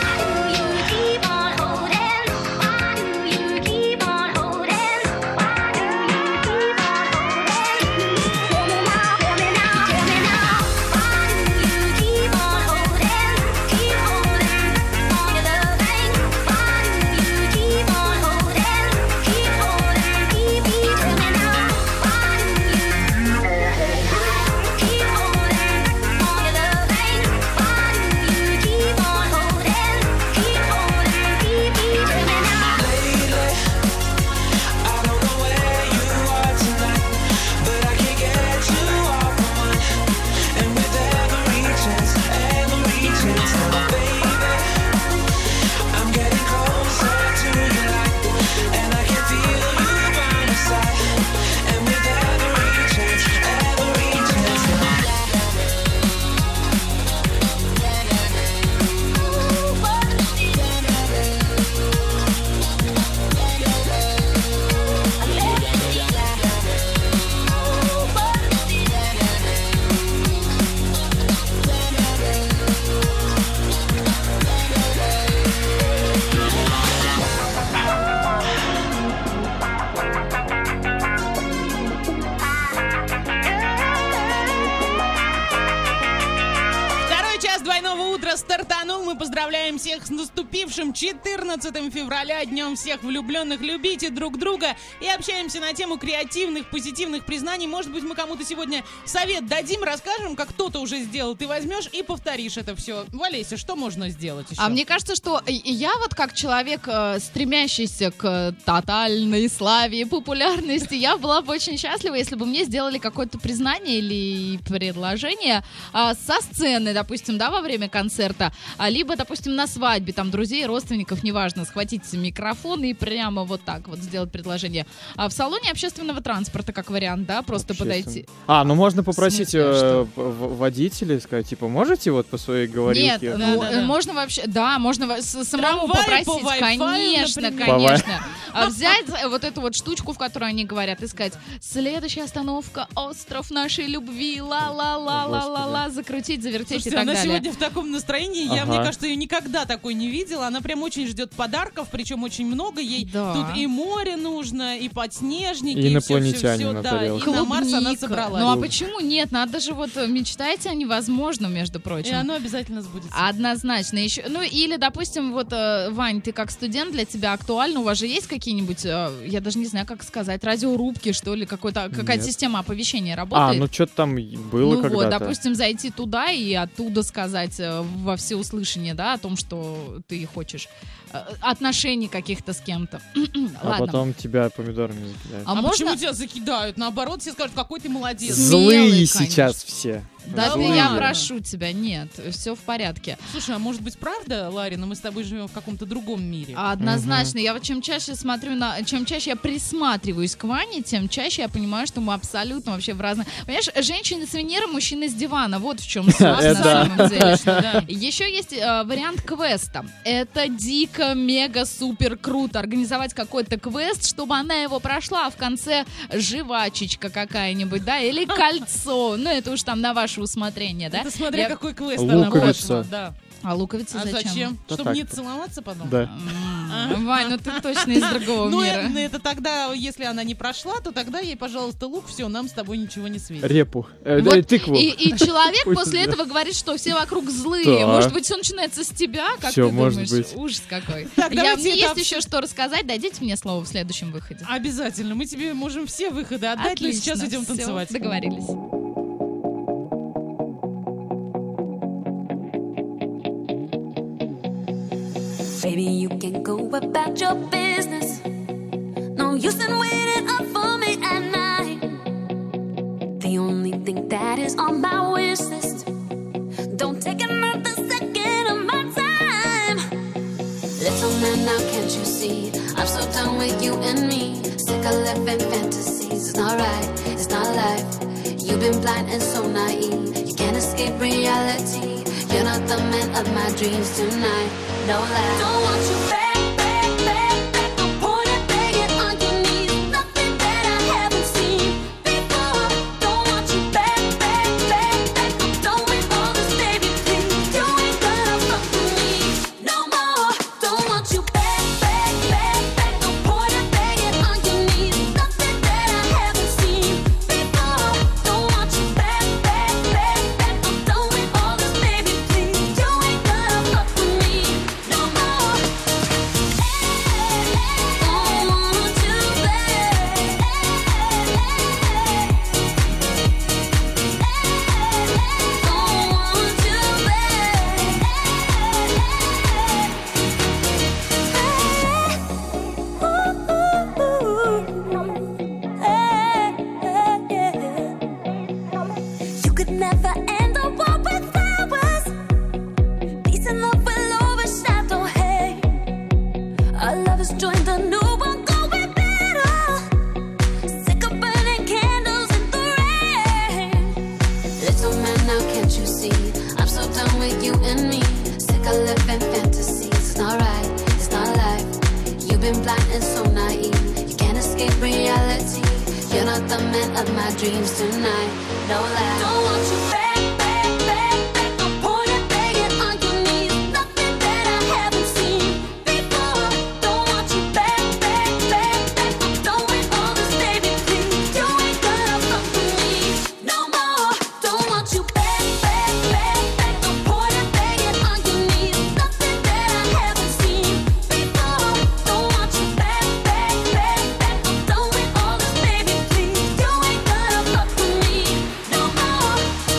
Стартанул. Мы поздравляем всех с наступившим четырнадцатым февраля, днем всех влюбленных. Любите друг друга и общаемся на тему креативных, позитивных признаний. Может быть, мы кому-то сегодня совет дадим, расскажем, как кто-то уже сделал. Ты возьмешь и повторишь это все. Валеся, что можно сделать еще?
А мне кажется, что я вот как человек, стремящийся к тотальной славе и популярности, я была бы очень счастлива, если бы мне сделали какое-то признание или предложение со сцены, допустим, да, во время концерта, либо, допустим, на свадьбе, там, друзей, родственников, неважно, схватить микрофон и прямо вот так вот сделать предложение. А в салоне общественного транспорта, как вариант, да, просто подойти.
А, ну можно попросить э, водителя, сказать, типа, можете вот по своей говорилке?
Нет, да, ну, да, да. можно вообще, да, можно самому попросить, по конечно, например. конечно. А взять вот эту вот штучку, в которой они говорят, и сказать, следующая остановка, остров нашей любви, ла-ла-ла-ла-ла-ла, закрутить, завертеть. Слушайте, и так
она
далее.
Сегодня в таком настроении, ага. я, мне кажется, ее никогда такой не видела. Она прям очень ждет подарков, причем очень много. Ей да. тут и море нужно, и подснежники,
и инопланетяне
все, все, все,
на
да,
тарелке.
И на Марс она собралась.
Ну а почему нет? Надо же вот мечтайте о невозможном, между прочим.
И оно обязательно сбудется.
Однозначно. Еще, ну или, допустим, вот, Вань, ты как студент, для тебя актуально? У вас же есть какие-нибудь, я даже не знаю, как сказать, радиорубки, что ли, какой-то, какая-то система оповещения работает?
А, ну что-то там было
ну,
когда-то.
Вот, допустим, зайти туда и оттуда сказать во всеуслышание, да, о том, что ты хочешь. Отношений каких-то с кем-то.
А
Ладно.
потом тебя помидорами закидают.
А,
а
можно... почему тебя закидают? Наоборот, все скажут, какой ты молодец.
Злые
Смелый,
сейчас все.
Да, ты, я прошу тебя, нет, все в порядке.
Слушай, а может быть правда, Ларина, мы с тобой живем в каком-то другом мире?
Однозначно. Угу. Я вот чем чаще смотрю на, чем чаще я присматриваюсь к Ване, тем чаще я понимаю, что мы абсолютно вообще в разных. Понимаешь, женщины с Венеры, мужчины с дивана. Вот в чем суть на самом деле. Еще есть вариант квеста. Это дико, мега, супер круто. Организовать какой-то квест, чтобы она его прошла, а в конце жвачечка какая-нибудь, да, или кольцо. Ну, это уж там на ваше усмотрение, да?
Это смотря
я...
какой квест она прошла, да.
А луковица
а
зачем?
зачем?
Да
Чтобы
так.
не целоваться потом?
Да.
Вань, ну ты точно из другого
ну,
мира.
Ну это тогда, если она не прошла, то тогда ей, пожалуйста, лук, все, нам с тобой ничего не светит.
Репу. Э,
вот,
да, тыкву.
И, и человек после этого говорит, что все вокруг злые.
Да.
Может быть, все начинается с тебя, как
Всё,
ты
может
думаешь?
быть.
Ужас какой.
Так,
Я, мне есть
это...
еще что рассказать. Дадите мне слово в следующем выходе.
Обязательно. Мы тебе можем все выходы отдать,
Отлично.
но сейчас идем
Всё,
танцевать.
Договорились.
Baby, you can go about your business. No use in waiting up for me at night. The only thing that is on my wish list. Don't take another second of my time. Little man, now can't you see? I'm so done with you and me. Sick of living fantasies. It's not right, it's not life. You've been blind and so naive. You can't escape reality. You're not the man of my dreams tonight. No lie. Don't want you back, back, back, back. I'm pointing, begging on your knees. Nothing that I haven't seen before. Don't want you back, back, back, back. I'm done with all this, baby, please. You ain't gonna fuck with me no more. Don't want you back, back, back, back. I'm pointing, begging on your knees. Nothing that I haven't seen before. Don't want you back, back, back, back. I'm done with all this, baby, please. You ain't gonna fuck with me no more. Don't want you back. Don't want you You could never end a war without us. Peace and love will overshadow hate. Our love has joined a new one, going better. Sick of burning candles in the rain. Little man, now can't you see? I'm so done with you and me. Sick of living fantasies. It's not right, it's not life. You've been blind and so naive. You can't escape reality. You're not the man of my dreams tonight. No lie. Don't want you back, back, back, back. I'm pointing, begging on your knees. Nothing that I haven't seen before. Don't want you back, back, back, back. I'm done with all this, baby, please. You ain't gonna fuck with me no more. Don't want you back, back, back, back. I'm pointing, begging on your knees. Nothing that I haven't seen before. Don't want you back, back, back, back. I'm done with all this, baby, please. You ain't gonna fuck with me no more.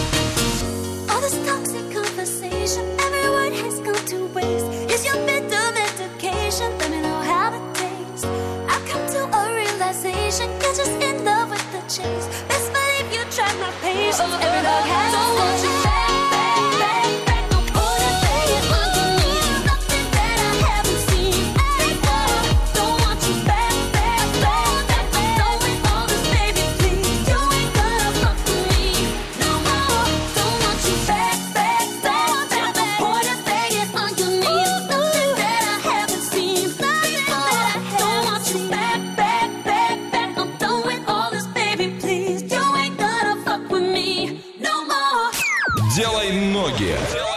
All this toxic conversation, every word has gone to waste. Is your bitter medication? Let me know how it tastes. I've come to a realization, you're just in love with the chase. Best believe you tried my patience. Every dog has a stage. Back, back, back, back. I'm pulling, begging on your knees. Nothing that I haven't seen before. Don't want you back, back, back, back. I'm done with all this, baby, please. You ain't gonna fuck with me no more. Don't want you back, back, back, back. I'm pulling, begging on your knees. Nothing that I haven't seen before. Don't want you back, back, back, back. I'm done with all this, baby, please. You ain't gonna fuck with me no more.
Делай ноги.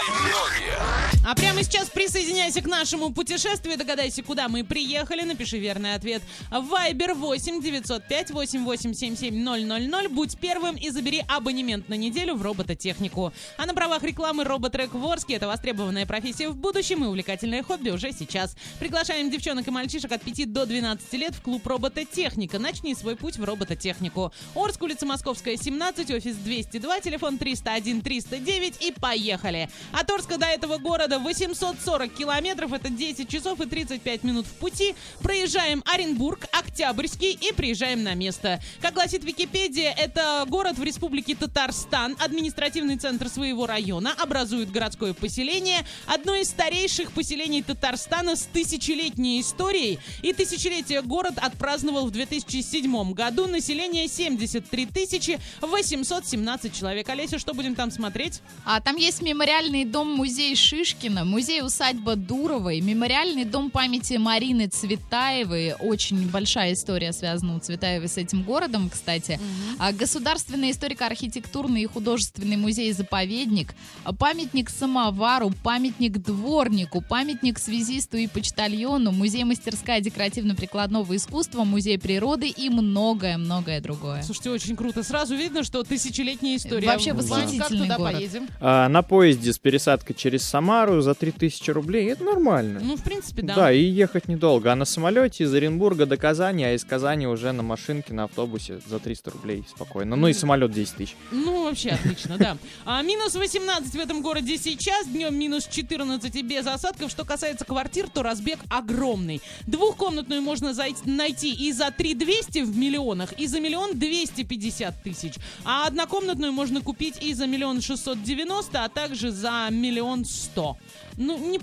А прямо сейчас присоединяйся к нашему путешествию, догадайся, куда мы приехали, напиши верный ответ в Viber восемь девятьсот пять восемь восемь семь семь ноль ноль ноль. Будь первым и забери абонемент на неделю в робототехнику. А на правах рекламы Роботрек в Орске — это востребованная профессия в будущем и увлекательное хобби уже сейчас. Приглашаем девчонок и мальчишек от пяти до двенадцати лет в клуб Робототехника. Начни свой путь в робототехнику. Орск, улица Московская, семнадцать, офис двести два, телефон триста один триста девять и поехали. От Орска до этого города восемьсот сорок километров, это десять часов и тридцать пять минут в пути. Проезжаем Оренбург, Октябрьский и приезжаем на место. Как гласит Википедия, это город в республике Татарстан, административный центр своего района, образует городское поселение, одно из старейших поселений Татарстана с тысячелетней историей. И тысячелетие город отпраздновал в две тысячи седьмом году. Население семьдесят три тысячи восемьсот семнадцать человек. Олеся, что будем там смотреть?
А там есть мемориальный дом-музей Шишкина, музей-усадьба Дуровой, мемориальный дом памяти Марины Цветаевой. Очень большая история связана у Цветаевой с этим городом, кстати. Mm-hmm. А, Государственный историко-архитектурный и художественный музей-заповедник, памятник самовару, памятник дворнику, памятник связисту и почтальону, музей-мастерская декоративно-прикладного искусства, музей природы и многое-многое другое.
Слушайте, очень круто. Сразу видно, что тысячелетняя история.
Вообще восхитительный
Как туда
город.
поедем?
А, на поезде с пересадкой через Самару за три тысячи рублей, это нормально.
Ну, в принципе, да.
Да, и ехать недолго. А на самолете из Оренбурга до Казани, а из Казани уже на машинке, на автобусе за триста рублей спокойно. Ну и самолет десять тысяч.
Ну, вообще отлично, да. А, минус восемнадцать в этом городе сейчас, днем минус четырнадцать и без осадков. Что касается квартир, то разбег огромный. Двухкомнатную можно зайти, найти и за три тысячи двести в миллионах, и за миллион двести пятьдесят тысяч. А однокомнатную можно купить и за миллион шестьсот девяносто, а также за миллион сто. Ну, не понимаю,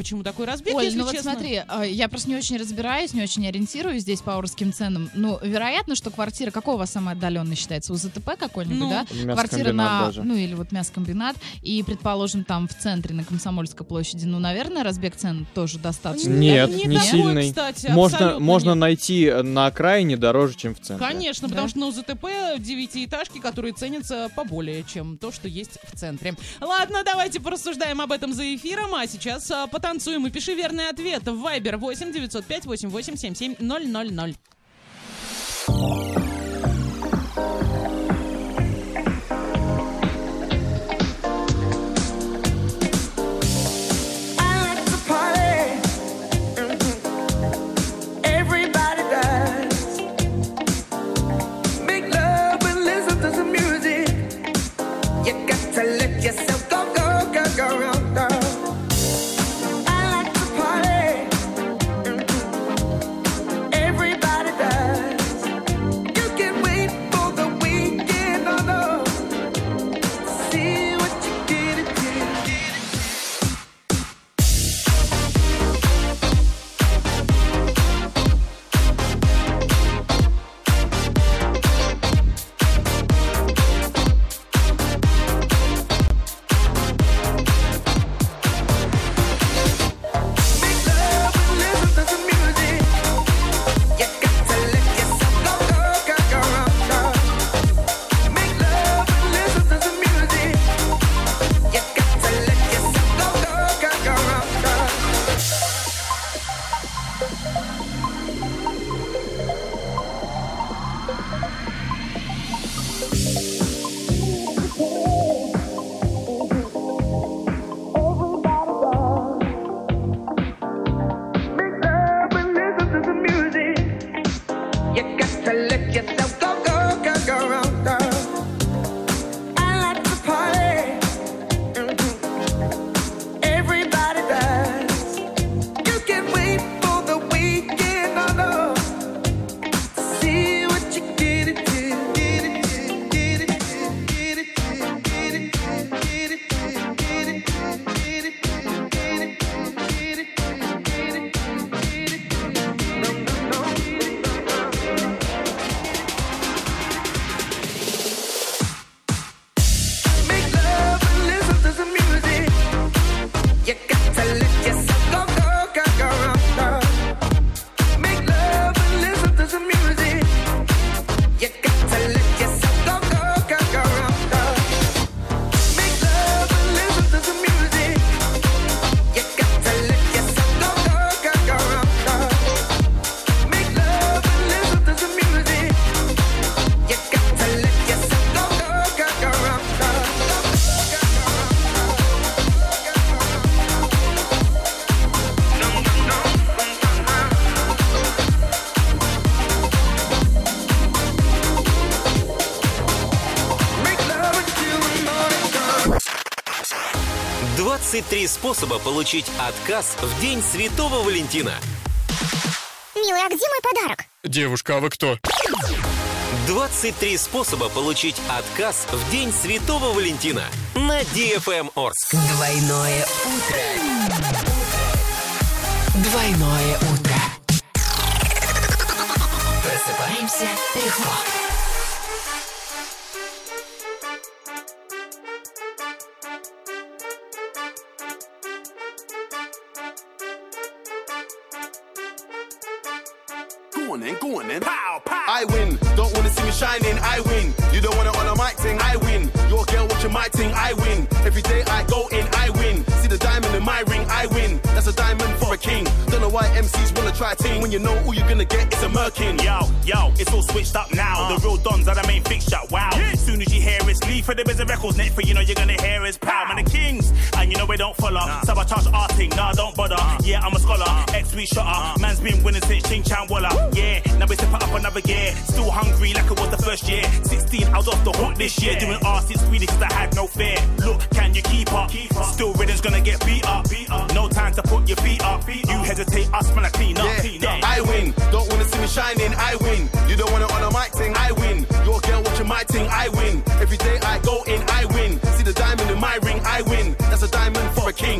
почему такой разбег,
Оль,
если
ну вот
честно.
смотри, э, я просто не очень разбираюсь, не очень ориентируюсь здесь по аурским ценам. Ну, вероятно, что квартира, какого у вас самая отдаленная считается? УЗТП какой-нибудь,
Ну,
да?
Мясокомбинат
Квартира на,
даже.
ну или вот мясокомбинат, и, предположим, там в центре, на Комсомольской площади, ну, наверное, разбег цен тоже достаточно.
Нет,
не
не,
такой,
сильный.
кстати,
можно
абсолютно
можно
нет.
найти на окраине дороже, чем в центре.
Конечно,
Да.
потому что на УЗТП девятиэтажки, которые ценятся поболее, чем то, что есть в центре. Ладно, давайте порассуждаем об этом за эфиром, а сейчас а, потанцуем и пиши верный ответ в Viber восемь девятьсот пять восемь восемь семь семь ноль ноль ноль.
Everybody does. Make love and listen to some music. You got to let yourself go, go, go, go, go, go. I like to party. Everybody does. You can wait for the weekend, oh no. See what you get into. You got to let yourself go, go, go, go, go, go. I like to party. Mhm. Everybody does. You can wait for the weekend, oh no. See what you get into. Get into, get into, get into, get into, get into, get into, get into, get into, get into, get into, get into. No, no, no. Make love and listen to some music. You got to let yourself go, go, go, go, go. Make love and listen to some music. You got to let yourself go, go, go, go, go. Make love and listen to some music. You got to let yourself go, go, go, go, go. Make love and listen to some music. You got to let yourself go, go, go, go, go.
двадцать три способа получить отказ в День Святого Валентина.
Милый, а где мой подарок?
Девушка, а вы кто?
двадцать три способа получить отказ в День Святого Валентина на ди эф эм Орск.
Двойное утро. Двойное утро. Просыпаемся легко.
Go on then, go on then. Pow, pow. I win. Don't wanna see me shining, I win. You don't wanna on a mic thing, I win. Your girl watching my thing, I win. Every day I go in, I win. See the diamond in my ring, I win. That's a diamond for a king. Don't know why M Cs wanna try ting when you know all you're gonna get is a merkin.
Yo, yo, it's all switched up now. Uh. The real dons are the main fixture. Wow. Yeah. As soon as you hear it's leave for the biz of records, next for you know you're gonna hear is pow. Man, the kings, and you know we don't follow. Nah. Sabotage our thing, nah, don't bother. Uh. Yeah, I'm a scholar, uh. ex-sweet shotter. Uh. Man's been winning since Ching Chan Walla. Yeah, now we step up another gear. Still hungry like it was the first year. sixteen, I was off the hook this year. Doing R since Swedish cause I had no fear. Look, can you keep up? Keep up. Still rhythm's gonna get beat up. beat up. No time to put your feet up. Feet you up. Hesitate, us man, I clean up. Yeah. Clean up.
I win. Don't wanna see me shining, I win. You don't wanna on a mic thing, I win. Your girl watching my thing, I win. Every day I go in, I win. See the diamond in my ring, I win. That's a diamond for a king. Don't know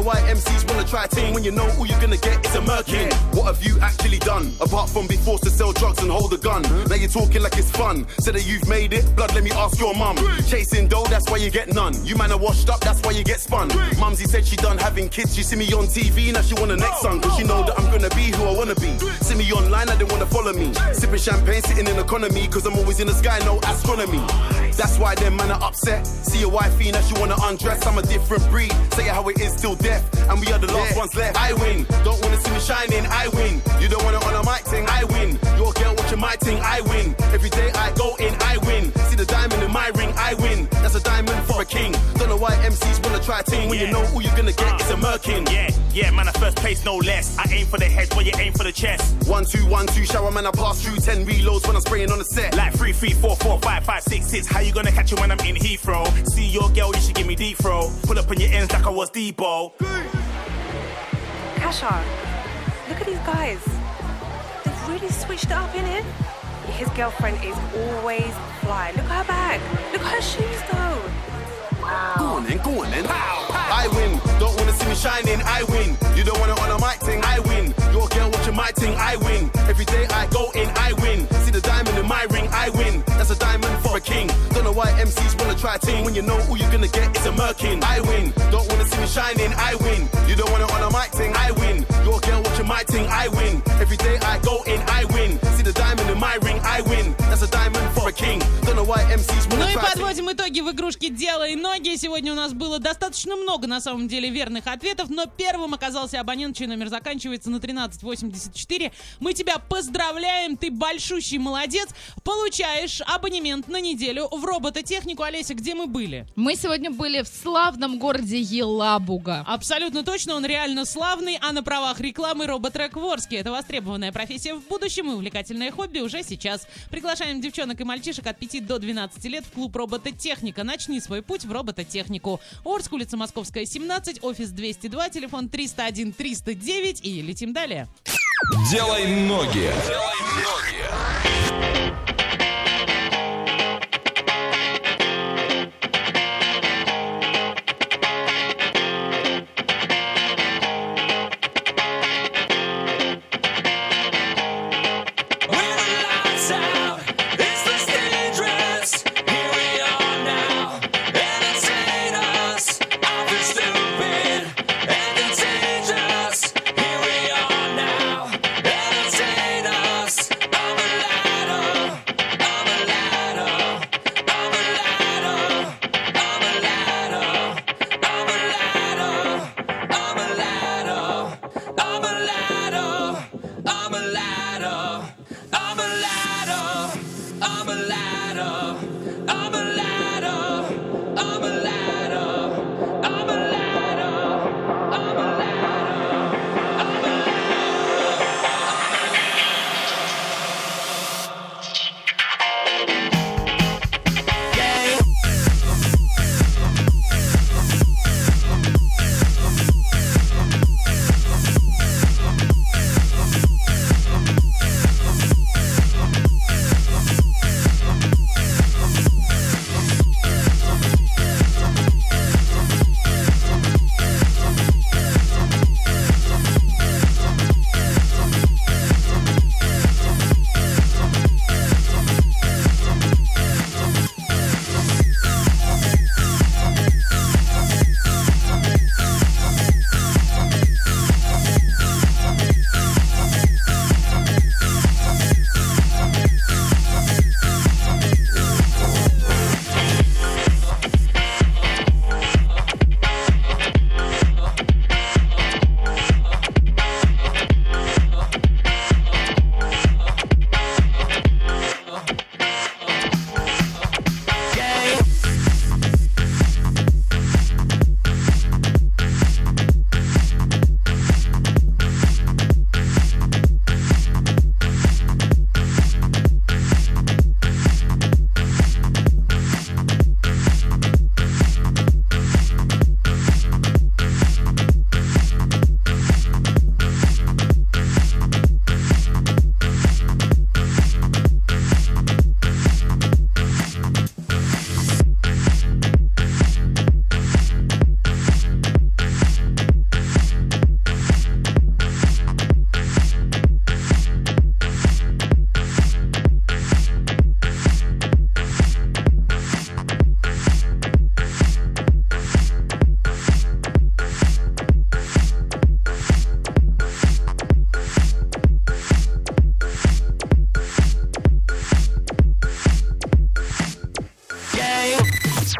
why M Cs wanna try ting when you know all you're gonna get is a merkin. What have you actually done apart from be forced to sell drugs and hold a gun? Now you're talking like it's fun. Said that you've made it, blood, let me ask your mum. Chasing dough, that's why you get none. You man are washed up, that's why you get spun. Mumsy said she done having kids, she see me on T V, now she want a next son. Cause she know that I'm gonna be who I wanna be. See me online, I didn't wanna follow me. Sipping champagne, sitting in economy, cause I'm always in the sky, no astronomy. That's why them man are upset. See your wifey, now she wanna undress. I'm a different breed, say it how it is, still deaf. And we are the last yeah. ones left. I win, don't wanna see me shining, I win. You don't wanna on a mic thing, I win. Your girl watching my thing, I win. Every day I go in, I win. See the diamond in my ring, I win. That's a diamond for a king. Don't know why M Cs wanna try a ting when yeah. you know all you're gonna get uh, is a merkin.
Yeah, yeah, man, I first place, no less. I aim for the head, but you aim for the chest.
One, two, one, two, shower man, I pass through ten reloads when I'm spraying on the set.
Like three, three, four, four, five, five, six, six. How you gonna catch it when I'm in Heathrow? See your girl, you should give me deep throw. Pull up on your ends like I was Debo.
Kasha, look at these guys. They've really switched it up in it. His girlfriend is always fly. Look at her bag. Look at her shoes though. Wow.
Go on then, go on then. Pow, pow. I win. Don't wanna see me shining, I win. You don't wanna on a mic thing, I win. Your girl watching my thing, I win. Every day I go in, I win. See the diamond in my ring, I win. That's a diamond for a king. Don't know why M Cs wanna try a ting when you know all you're gonna get is a merkin. I win. Don't wanna see me shining, I win. You don't wanna on a mic thing, I win. Your girl watching my thing, I win. Every day I go in, I win. See the diamond in my ring, I win. That's a diamond for a king. Don't know why M Cs wanna
try a ting. Ну и
подводим
итоги в игрушке «Делай ноги». Сегодня у нас было достаточно много, на самом деле, верных ответов, но первым оказался абонент, чей номер заканчивается на тринадцать восемьдесят четыре. Мы тебя поздравляем, ты большущий молодец. Получаешь абонемент на неделю в робототехнику. Олеся, где мы были?
Мы сегодня были в славном городе Елабуга.
Абсолютно точно, он реально славный, а на правах рекламы Роботрек в Орске. Это востребованная профессия в будущем и увлекательное хобби уже сейчас. Приглашаем девчонок и мальчишек от пяти до двенадцати лет в клуб «Робототехника». Начни свой путь в робототехнику. Орск, улица Московская, семнадцать, офис двести два, телефон триста один триста девять и летим далее.
Делай ноги. Делай ноги.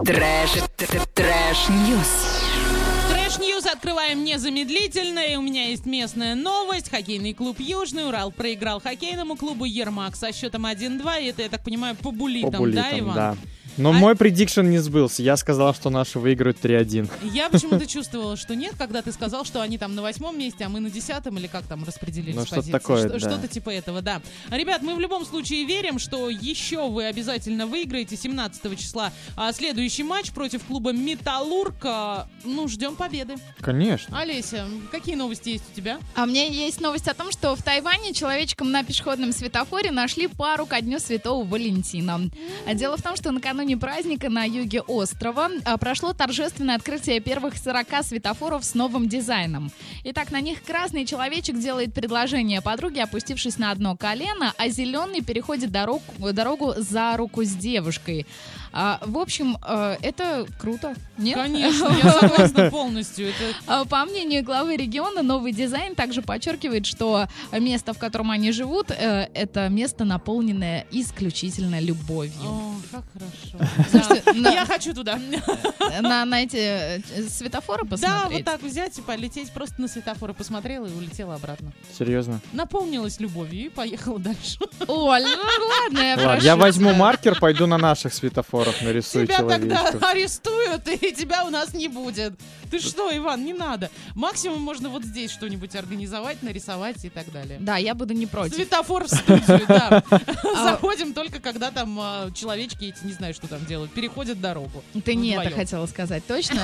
Трэш, трэш-ньюс.
Трэш-ньюс открываем незамедлительно, и у меня есть местная новость. Хоккейный клуб «Южный Урал» проиграл хоккейному клубу «Ермак» со счетом один-два, и это, я так понимаю, по буллитам,
По буллитам,
да, Иван?
да. Но
А-
мой предикшн не сбылся. Я сказал, что наши выиграют три один.
Я почему-то чувствовала, что нет, когда ты сказал, что они там на восьмом месте, а мы на десятом, или как там распределились
Ну, что-то
позиции.
такое,
Что-
да.
Что-то типа этого, да. Ребят, мы в любом случае верим, что еще вы обязательно выиграете семнадцатого числа а, следующий матч против клуба «Металлург». А, Ну, ждем победы.
Конечно.
Олеся, какие новости есть у тебя?
А у меня есть новость о том, что в Тайване человечкам на пешеходном светофоре нашли пару ко дню Святого Валентина. А дело в том, что накануне праздника на юге острова а, прошло торжественное открытие первых сорока светофоров с новым дизайном. Итак, на них красный человечек делает предложение подруге, опустившись на одно колено, а зеленый переходит дорогу, дорогу за руку с девушкой. А, в общем, э, это круто. Нет?
Конечно, я согласна полностью. Это...
А, По мнению главы региона, новый дизайн также подчеркивает, что место, в котором они живут, э, это место, наполненное исключительно любовью.
О, как хорошо. Да, Я хочу туда.
На, на эти э, светофоры
Да,
посмотреть?
вот так взять и полететь просто на светофоры. Посмотрела и улетела обратно.
Серьезно?
Наполнилась любовью и поехала дальше.
Оль, ну ладно, я
Ладно,
прошу
я возьму
тебя.
маркер, пойду на наших светофорах нарисую
Тебя тогда
человечков.
арестуют, и тебя у нас не будет. Ты что, Иван, не надо. Максимум можно вот здесь что-нибудь организовать, нарисовать и так далее.
Да, я буду не против.
Светофор в студию, да. Заходим только, когда там а, человечки эти, не знаю, что там делают, переходят дорогу.
Ты не это
Вдвоем.
хотела сказать, точно?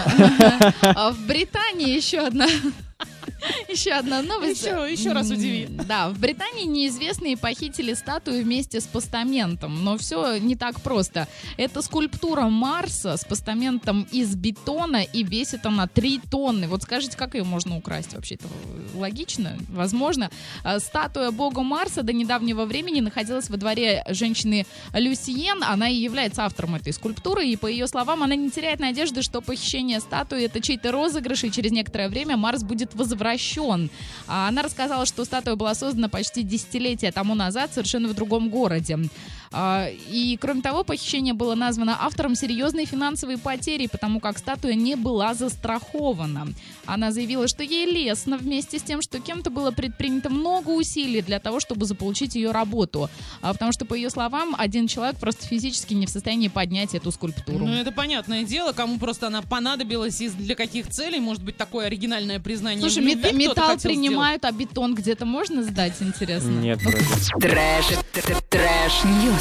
А В Британии еще одна... Еще одна новость.
Еще- еще раз удиви.
М, Да, в Британии неизвестные похитили статую вместе с постаментом. Но все не так просто. Это скульптура Марса с постаментом из бетона, и весит она три тонны. Вот скажите, как ее можно украсть вообще? Это логично? Возможно. А, Статуя бога Марса до недавнего времени находилась во дворе женщины Люсьен. Она и является автором этой скульптуры. И по ее словам, она не теряет надежды, что похищение статуи — это чей-то розыгрыш, и через некоторое время Марс будет возвращен. А Она рассказала, что статуя была создана почти десятилетия тому назад совершенно в другом городе. А, И, кроме того, похищение было названо автором серьезной финансовой потери, потому как статуя не была застрахована. Она заявила, что ей лестно вместе с тем, что кем-то было предпринято много усилий для того, чтобы заполучить ее работу. А, Потому что, по ее словам, один человек просто физически не в состоянии поднять эту скульптуру.
Ну, это понятное дело, кому просто она понадобилась и для каких целей, может быть, такое оригинальное признание.
Слушай,
в любви
мет-
кто-то
металл
хотел
принимают, а бетон где-то можно сдать, интересно?
Нет, вроде.
Трэш, трэш-ньюс.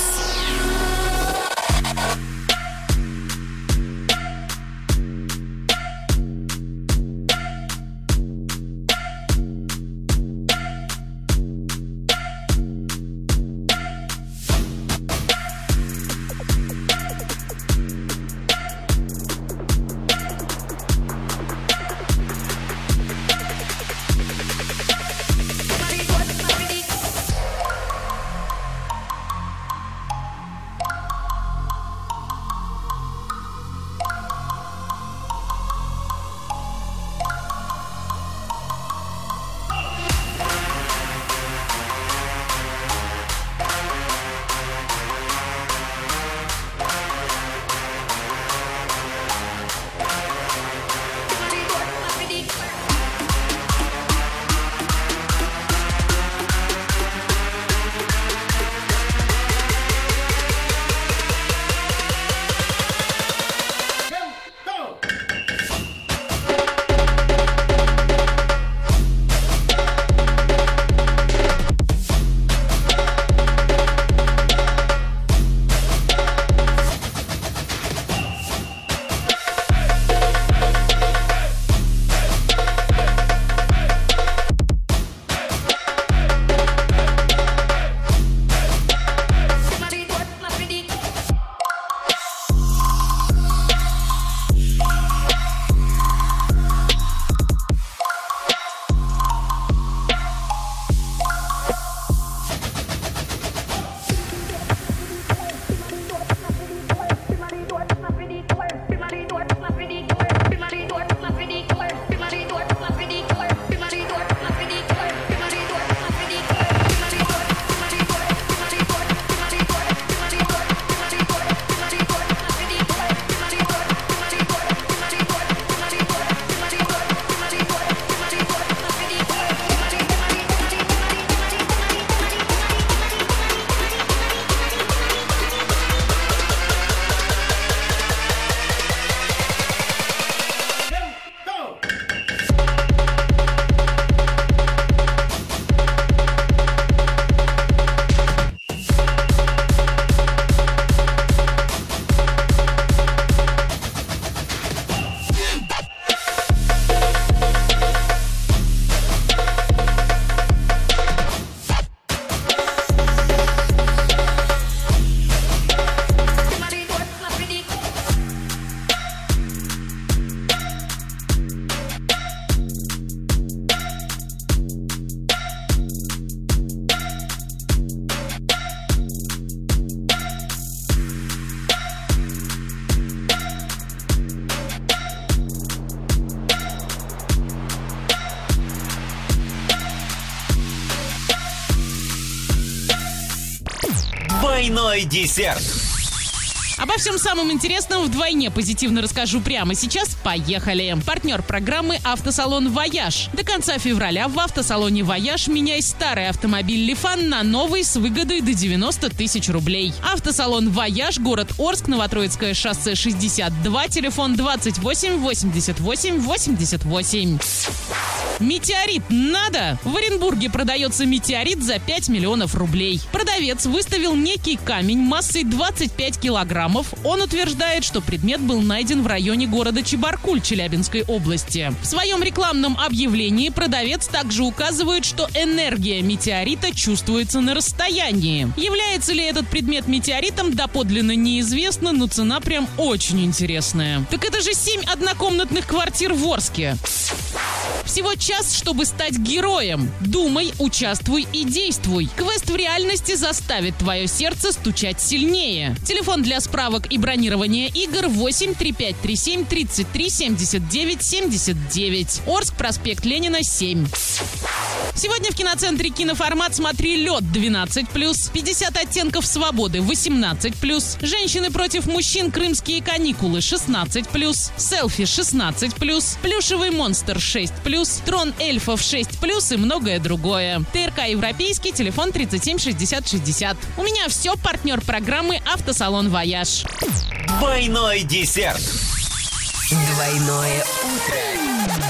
Двойной десерт.
Обо всем самом интересном вдвойне позитивно расскажу прямо сейчас. Поехали! Партнер программы «Автосалон Вояж». До конца февраля в автосалоне Вояж меняй старый автомобиль Лифан на новый с выгодой до девяносто тысяч рублей. Автосалон Вояж, город Орск, Новотроицкое шоссе шестьдесят два, телефон двадцать восемь восемьдесят восемь восемьдесят восемь. Метеорит надо? В Оренбурге продается метеорит за пять миллионов рублей. Продавец выставил некий камень массой двадцать пять килограммов. Он утверждает, что предмет был найден в районе города Чебаркуль Челябинской области. В своем рекламном объявлении продавец также указывает, что энергия метеорита чувствуется на расстоянии. Является ли этот предмет метеоритом, доподлинно неизвестно, но цена прям очень интересная. Так это же семь однокомнатных квартир в Орске. Всего час, чтобы стать героем. Думай, участвуй и действуй. Квест в реальности заставит твое сердце стучать сильнее. Телефон для справок и бронирования игр восемь три пять три семь тридцать три семьдесят девять семьдесят девять. Орск, проспект Ленина, семь. Сегодня в киноцентре «Киноформат» смотри «Лед» двенадцать плюс, пятьдесят оттенков свободы восемнадцать плюс, «Женщины против мужчин. Крымские каникулы» шестнадцать плюс, «Селфи» шестнадцать плюс, «Плюшевый монстр» шесть плюс, «Трон эльфов» шесть плюс и многое другое. ТРК «Европейский», телефон тридцать семь шестьдесят шестьдесят. У меня все, партнер программы «Автосалон Вояж».
Двойной десерт.
Двойное утро.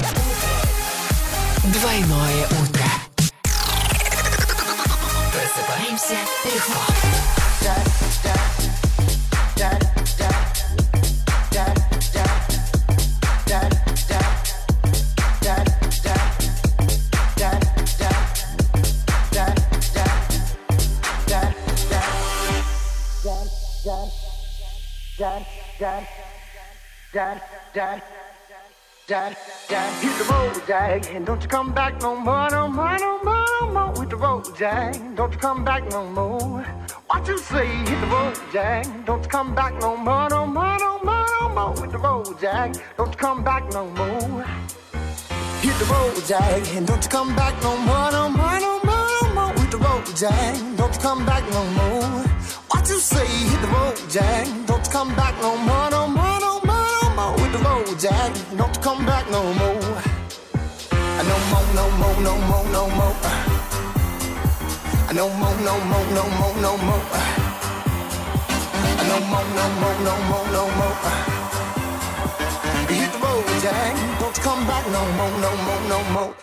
Двойное утро. Просыпаемся легко.
Dad, dad, dad, dad, dad, dad, hit the road, Jack, and don't you come back no more, no more, no more, no more. Hit the road, Jack, don't you come back no more. What you say? Hit the road, Jack, don't you come back no more, no more, no more, no more. Hit the road, Jack, don't you come back no more. Hit the road, Jack, and don't you come back no more, no more, no more, no more. Hit the road, Jack, don't you come back no more. What you say? Hit the road, Jack, don't you come back no more, no more, no more, no more. Hit the road, Jack, don't you come back no more. No more, no more, no more, no more. No more, no more, no more, no more. No more, no more, no more, no more. Hit the road, Jack, don't you come back no more, no more, no more.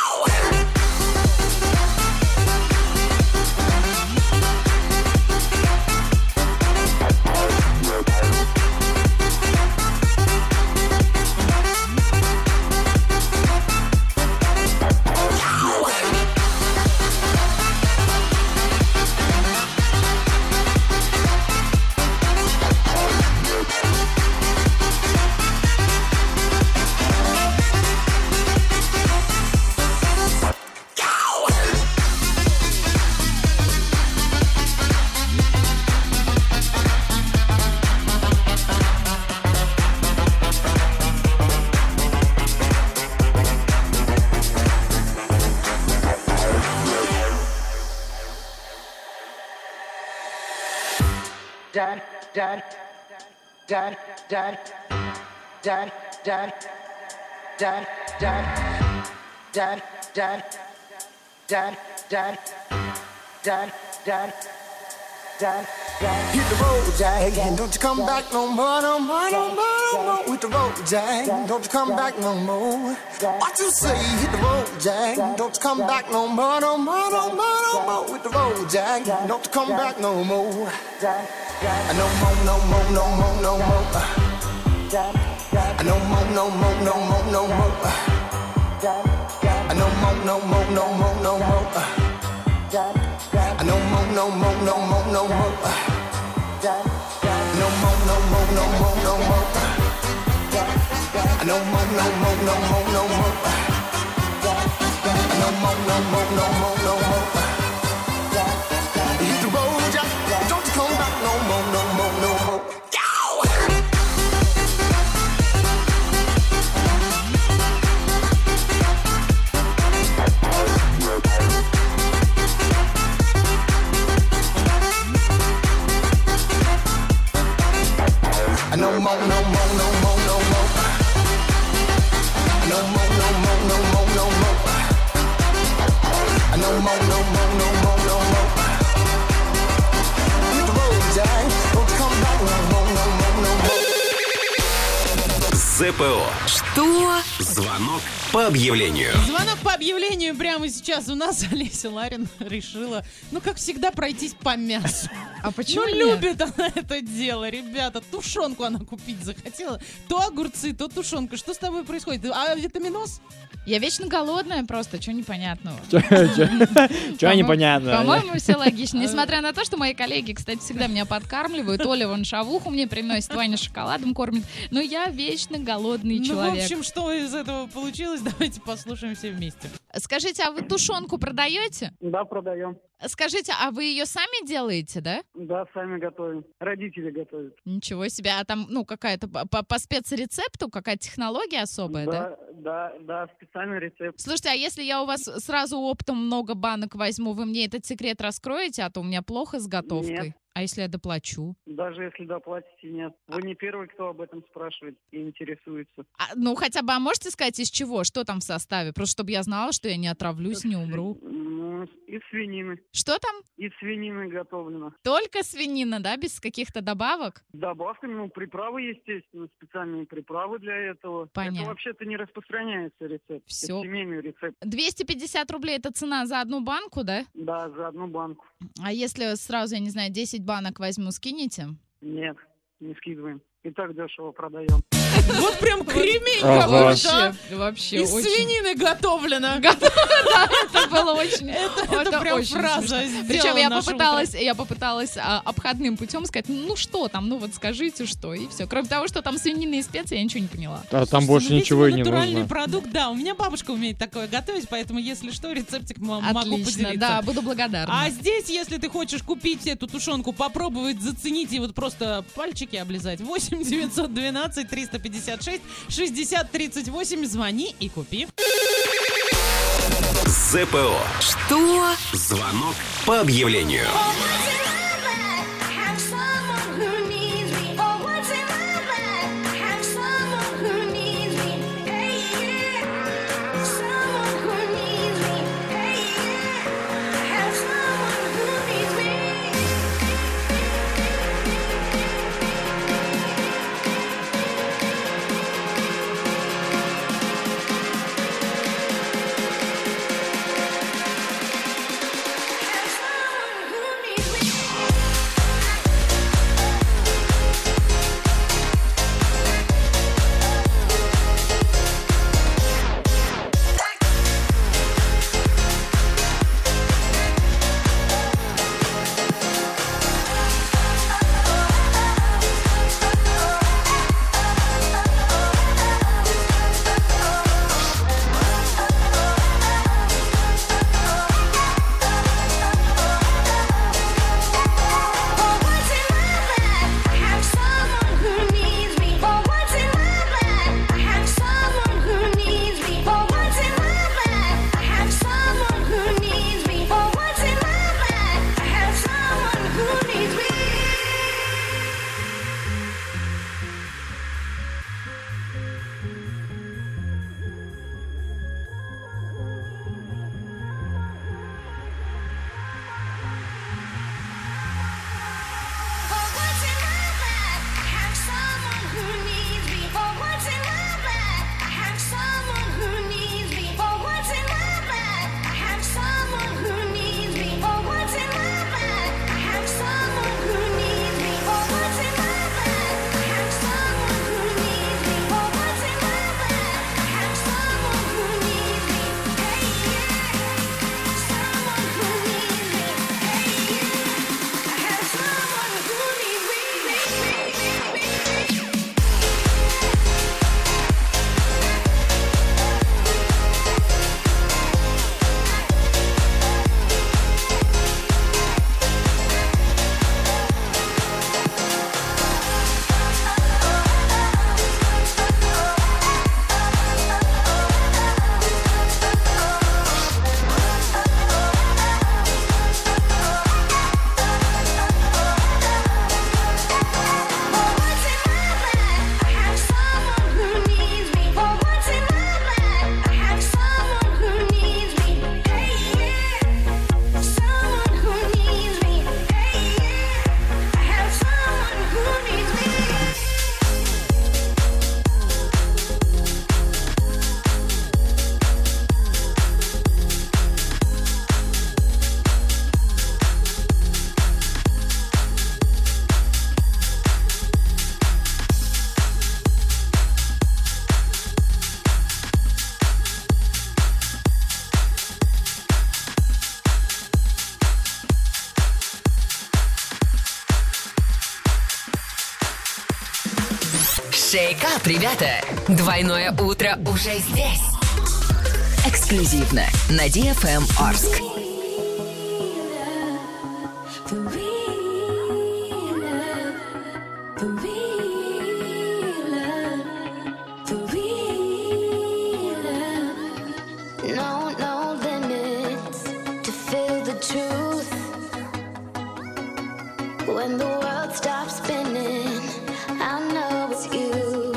Dad, dad, dad, dad, dad, dad, dad, dad, dad, dad, dad, dad, dad, dad, dad, dad. Hit the road, Jack, and don't you come back no more, no more, no more, no more. Hit the road, Jack, don't you come back no more. What you say? Hit the road, Jack, don't you come back no more, no more, no more, no more. Hit the road, Jack, don't you come back no more. No more, no more, no more, no more. No more, no more, no more, no more. No more, no more, no more, no more. No more, no more, no more, no more. No more, no more, no more, no more. No more, no more, no more, no more. No more, no more, no more, no more. Hit the road, Jack, don't you come back no more, no more, no more. no more, no more, no more, no more. Hit the road, Jack. Don't you come back no more, no more, no more.
ЗПО.
Что?
Звонок по объявлению.
Звонок по объявлению прямо сейчас у нас. Олеся Ларин решила, ну, как всегда, пройтись по мясу.
А почему
Ну,
нет?
любит она это дело, ребята. Тушенку она купить захотела. То огурцы, то тушенка. Что с тобой происходит? А витаминоз?
Я вечно голодная просто, что непонятного.
Чего непонятно?
По-моему, все логично. Несмотря на то, что мои коллеги, кстати, всегда меня подкармливают. Оля вон шавуху мне приносит, Ваня шоколадом кормит. Но я вечно голодный
Ну, в
человек.
общем, что из этого получилось, давайте послушаем все вместе.
Скажите, а вы тушенку продаете?
Да, продаем.
Скажите, а вы ее сами делаете, да?
Да, сами готовим. Родители готовят.
Ничего себе. А там, ну, какая-то по, по- по спецрецепту, какая-то технология особая, да?
Да, да, да, специальный рецепт.
Слушайте, а если я у вас сразу оптом много банок возьму, вы мне этот секрет раскроете, а то у меня плохо с готовкой?
Нет.
А если я доплачу?
Даже если доплатите, нет. Вы не первый, кто об этом спрашивает и интересуется.
А, ну, хотя бы, а можете сказать, из чего? Что там в составе? Просто чтобы я знала, что я не отравлюсь, не умру.
Ну, из свинины.
Что там?
Из свинины готовлено.
Только свинина, да? Без каких-то добавок?
С добавками, ну, приправы, естественно, специальные приправы для этого.
Понятно.
Это вообще-то не распространяется рецепт.
Всё.
Это семейный рецепт.
двести пятьдесят рублей это цена за одну банку, да?
Да, за одну банку.
А если сразу, я не знаю, десять банок возьму, скинете?
Нет, не скидываем. И так дешево продаем.
Вот прям кремень
Ага.
какой-то.
Вообще, вообще
Из
очень-
свинины готовлено.
Да, это было очень...
Это прям
очень
фраза
смешно.
сделала
Причем я
наше
попыталась, я попыталась а, обходным путем сказать, ну что там, ну вот скажите, что, и все. Кроме того, что там свинина и специи, я ничего не поняла.
А там больше
Ну,
ничего и
видимо,
не
натуральный
нужно.
продукт, да. У меня бабушка умеет такое готовить, поэтому, если что, рецептик м- могу
Отлично,
поделиться.
да, буду благодарна.
А здесь, если ты хочешь купить эту тушенку, попробовать, заценить и вот просто пальчики облизать, восемь девятьсот двенадцать триста пятьдесят шесть шестьдесят тридцать восемь, звони и купи.
ЗПО.
Что?
Звонок по объявлению.
Шейк-ап, ребята! Двойное утро уже здесь. Эксклюзивно на ди эф эм Орск.
No, no limits to feel the truth. When the world stops spinning, I know it's you.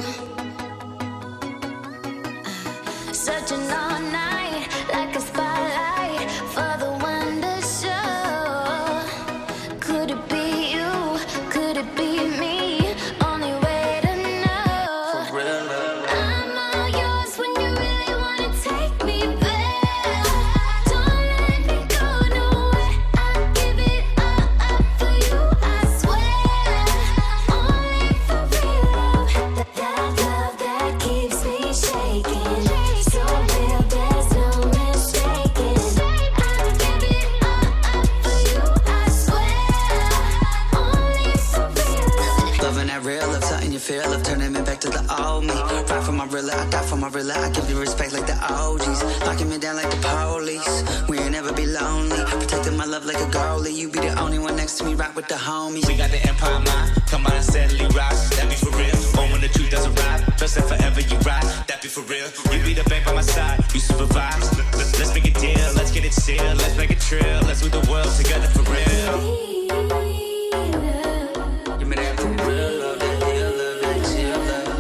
Searching all night like a spotlight for the one to show. Could it be you? Could it be me? Only way to know. I'm all yours when you really wanna take me there. Don't let me go nowhere. I'll give it all up for you, I swear. Only for real love, that, that love that keeps me shaking. So real, there's no mistaking. I'll give it all up for you, I swear. Only for real love.
Loving that real love, something you feel of turning me back to the old me. Ride for my real life, I die for my real life. I give you respect like the O Gs. Locking me down like the police. We ain't never be lonely. Protecting my love like a goalie. You be the only one next to me, rock with the homies.
We got the empire mind, come on and steadily rise. That be for real, or when the truth doesn't ride. Trust that forever you ride, that be for real. You be the bank by my side, you supervise. Let's make a deal, let's get it sealed. Let's make a trill, let's move the world together for real.
Give me that for real love, that real love, that chill love.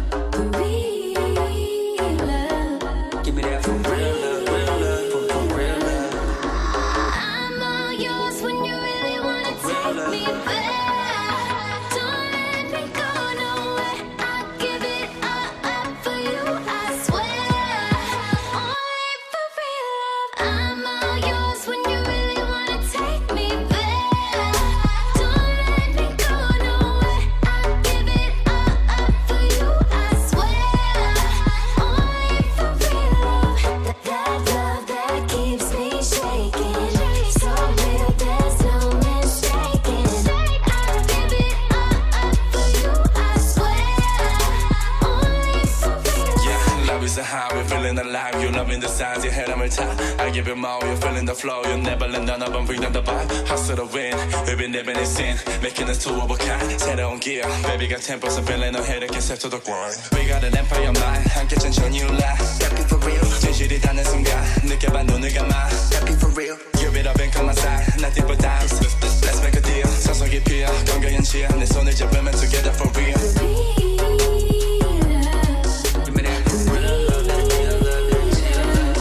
Give me that for real love, real love, for, for real love.
I'm all yours when you really wanna take me back. Don't let me go nowhere. I'll give it all up for you, I swear. Only for real love. I'm all yours when you really wanna take me back. Don't let me go nowhere. I'll give it all up for you, I swear. Only for real love, that, that love that keeps me shaking. So real, there's no mistaking. I'll give it all up for you, I swear. Only for real.
Yeah, love is a high, we're feeling alive. You're loving the signs, you head on my time. I give you more, you're feeling the flow. You'll never let none of them bring down the vibe. Hustle to win, we've been living in sin. Making us two of a kind, 새로운 gear. Baby got ten percent feeling no head against set to the grind. We got an empire mind, 함께 천천히 올라.
That be for real,
진실이 닿는 순간, 느껴봐 눈을 감아.
that be for real.
Give it up and come outside, nothing but dimes. Let's make a deal, 서서히 피어, 건강한 시야. 내 손을 잡으면 together for real.
Give me that for real love, that real love, that chill love.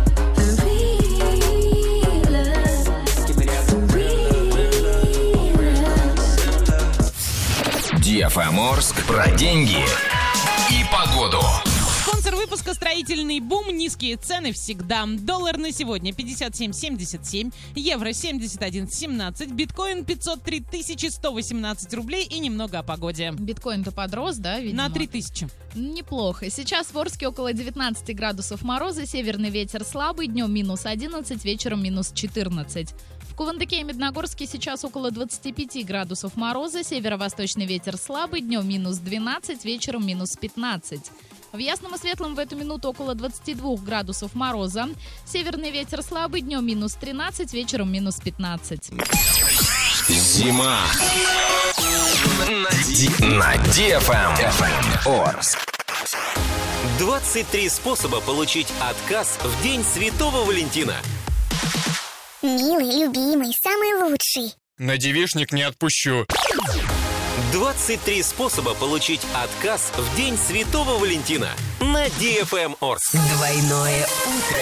Give me that for real love, real love, real love.
ди эф эм Орск про деньги и погоду.
Спонсор выпуска «Строительный бум». Низкие цены всегда. Доллар на сегодня пятьдесят семь семьдесят семь, евро семьдесят один семнадцать, биткоин пятьсот три тысячи сто восемнадцать рублей и немного о погоде.
Биткоин-то подрос, да, видимо?
На три тысячи.
Неплохо. Сейчас в Орске около девятнадцать градусов мороза, северный ветер слабый, днем минус одиннадцать, вечером минус четырнадцать. В Кувандыке и Медногорске сейчас около двадцать пять градусов мороза, северо-восточный ветер слабый, днем минус двенадцать, вечером минус пятнадцать. В Ясном и Светлом в эту минуту около двадцать два градусов мороза, северный ветер слабый, днем минус тринадцать, вечером минус пятнадцать.
Зима на ди эф эм Орск.
двадцать три способа получить отказ в День Святого Валентина.
Милый, любимый, самый лучший.
На девичник не отпущу.
двадцать три способа получить отказ в День Святого Валентина на ди эф эм Орск.
Двойное утро.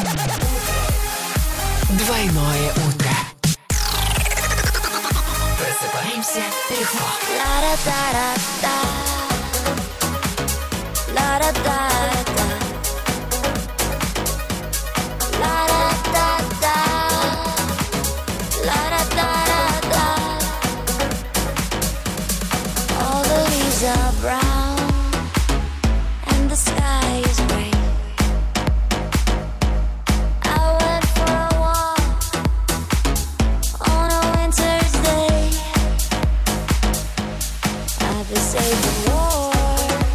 Двойное утро. Просыпаемся легко.
La-da-da-da-da. La-da-da-da. La-da-da-da. La-da-da-da-da. All the leaves are brown and the sky is gray. I went for a walk on a winter's day. I've been saved the war.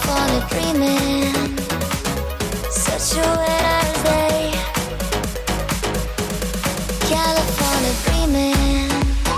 California dreaming, such a winter's day. California dreaming.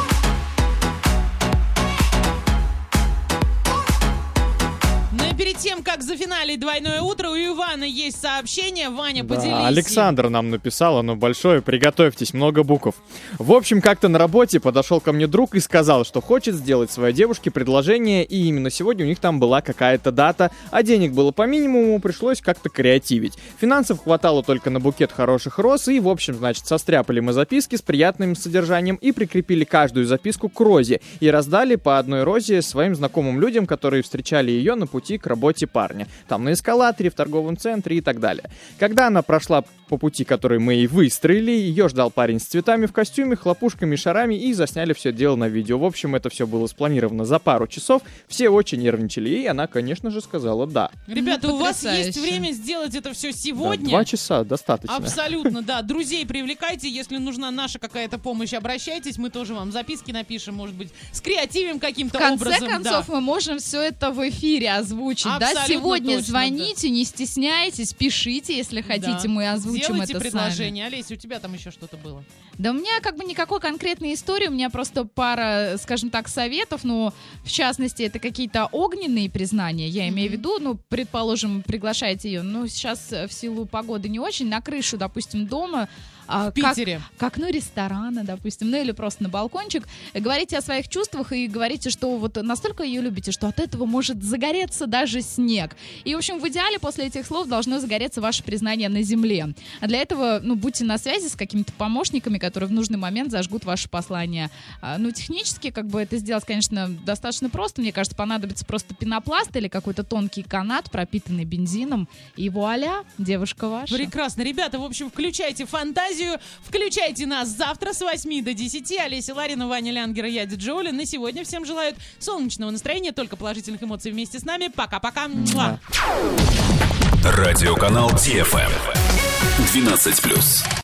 Ну и перед тем, как зафиналить двойное утро, у Ивана есть сообщение. Ваня,
Да,
поделись.
Александр нам написал, оно большое, приготовьтесь, много букв. В общем, как-то на работе подошел ко мне друг и сказал, что хочет сделать своей девушке предложение, и именно сегодня у них там была какая-то дата, а денег было по минимуму, пришлось как-то креативить. Финансов хватало только на букет хороших роз, и, в общем, значит, состряпали мы записки с приятным содержанием и прикрепили каждую записку к розе, и раздали по одной розе своим знакомым людям, которые встречали ее на пути к работе парня. Там на эскалаторе, в торговом центре и так далее. Когда она прошла по пути, который мы ей выстроили, ее ждал парень с цветами в костюме, хлопушками, шарами, и засняли все дело на видео. В общем, это все было спланировано за пару часов. Все очень нервничали, и она, конечно же, сказала «да».
Ребята,
Ну,
у вас
потрясающе.
есть время сделать это все
Да,
сегодня.
два часа достаточно.
Абсолютно, да. Друзей привлекайте, если нужна наша какая-то помощь, обращайтесь, мы тоже вам записки напишем, может быть, с креативом каким-то
В конце
образом.
концов,
да.
мы можем все это в эфире озвучить. Да,
Абсолютно
сегодня
точно,
звоните, не стесняйтесь, пишите, если хотите,
Да.
мы озвучим
Делайте
это
предложение. Олеся, у тебя там еще что-то было?
Да у меня как бы никакой конкретной истории, у меня просто пара, скажем так, советов, но в частности это какие-то огненные признания, я имею в виду, ну, предположим, приглашаете ее, ну, сейчас в силу погоды не очень, на крышу, допустим, дома, а,
В Питере.
Как, к окну ресторана, допустим, ну или просто на балкончик, говорите о своих чувствах и говорите, что вот настолько ее любите, что от этого может загореться даже снег. И, в общем, в идеале после этих слов должно загореться ваше признание на земле. А для этого, ну, будьте на связи с какими-то помощниками, которые в нужный момент зажгут ваше послание. А, ну, технически, как бы это сделать, конечно, достаточно просто. Мне кажется, понадобится просто пенопласт или какой-то тонкий канат, пропитанный бензином, и вуаля, девушка ваша.
Прекрасно. Ребята, в общем, включайте фантазию, включайте нас завтра с восьми до десяти. Олеся Ларина, Ваня Лянгер и я, диджей Оля. На сегодня всем желают солнечного настроения, только положительных эмоций вместе с нами. Пока-пока. Муа.
Радиоканал Ди эф эм. двенадцать плюс.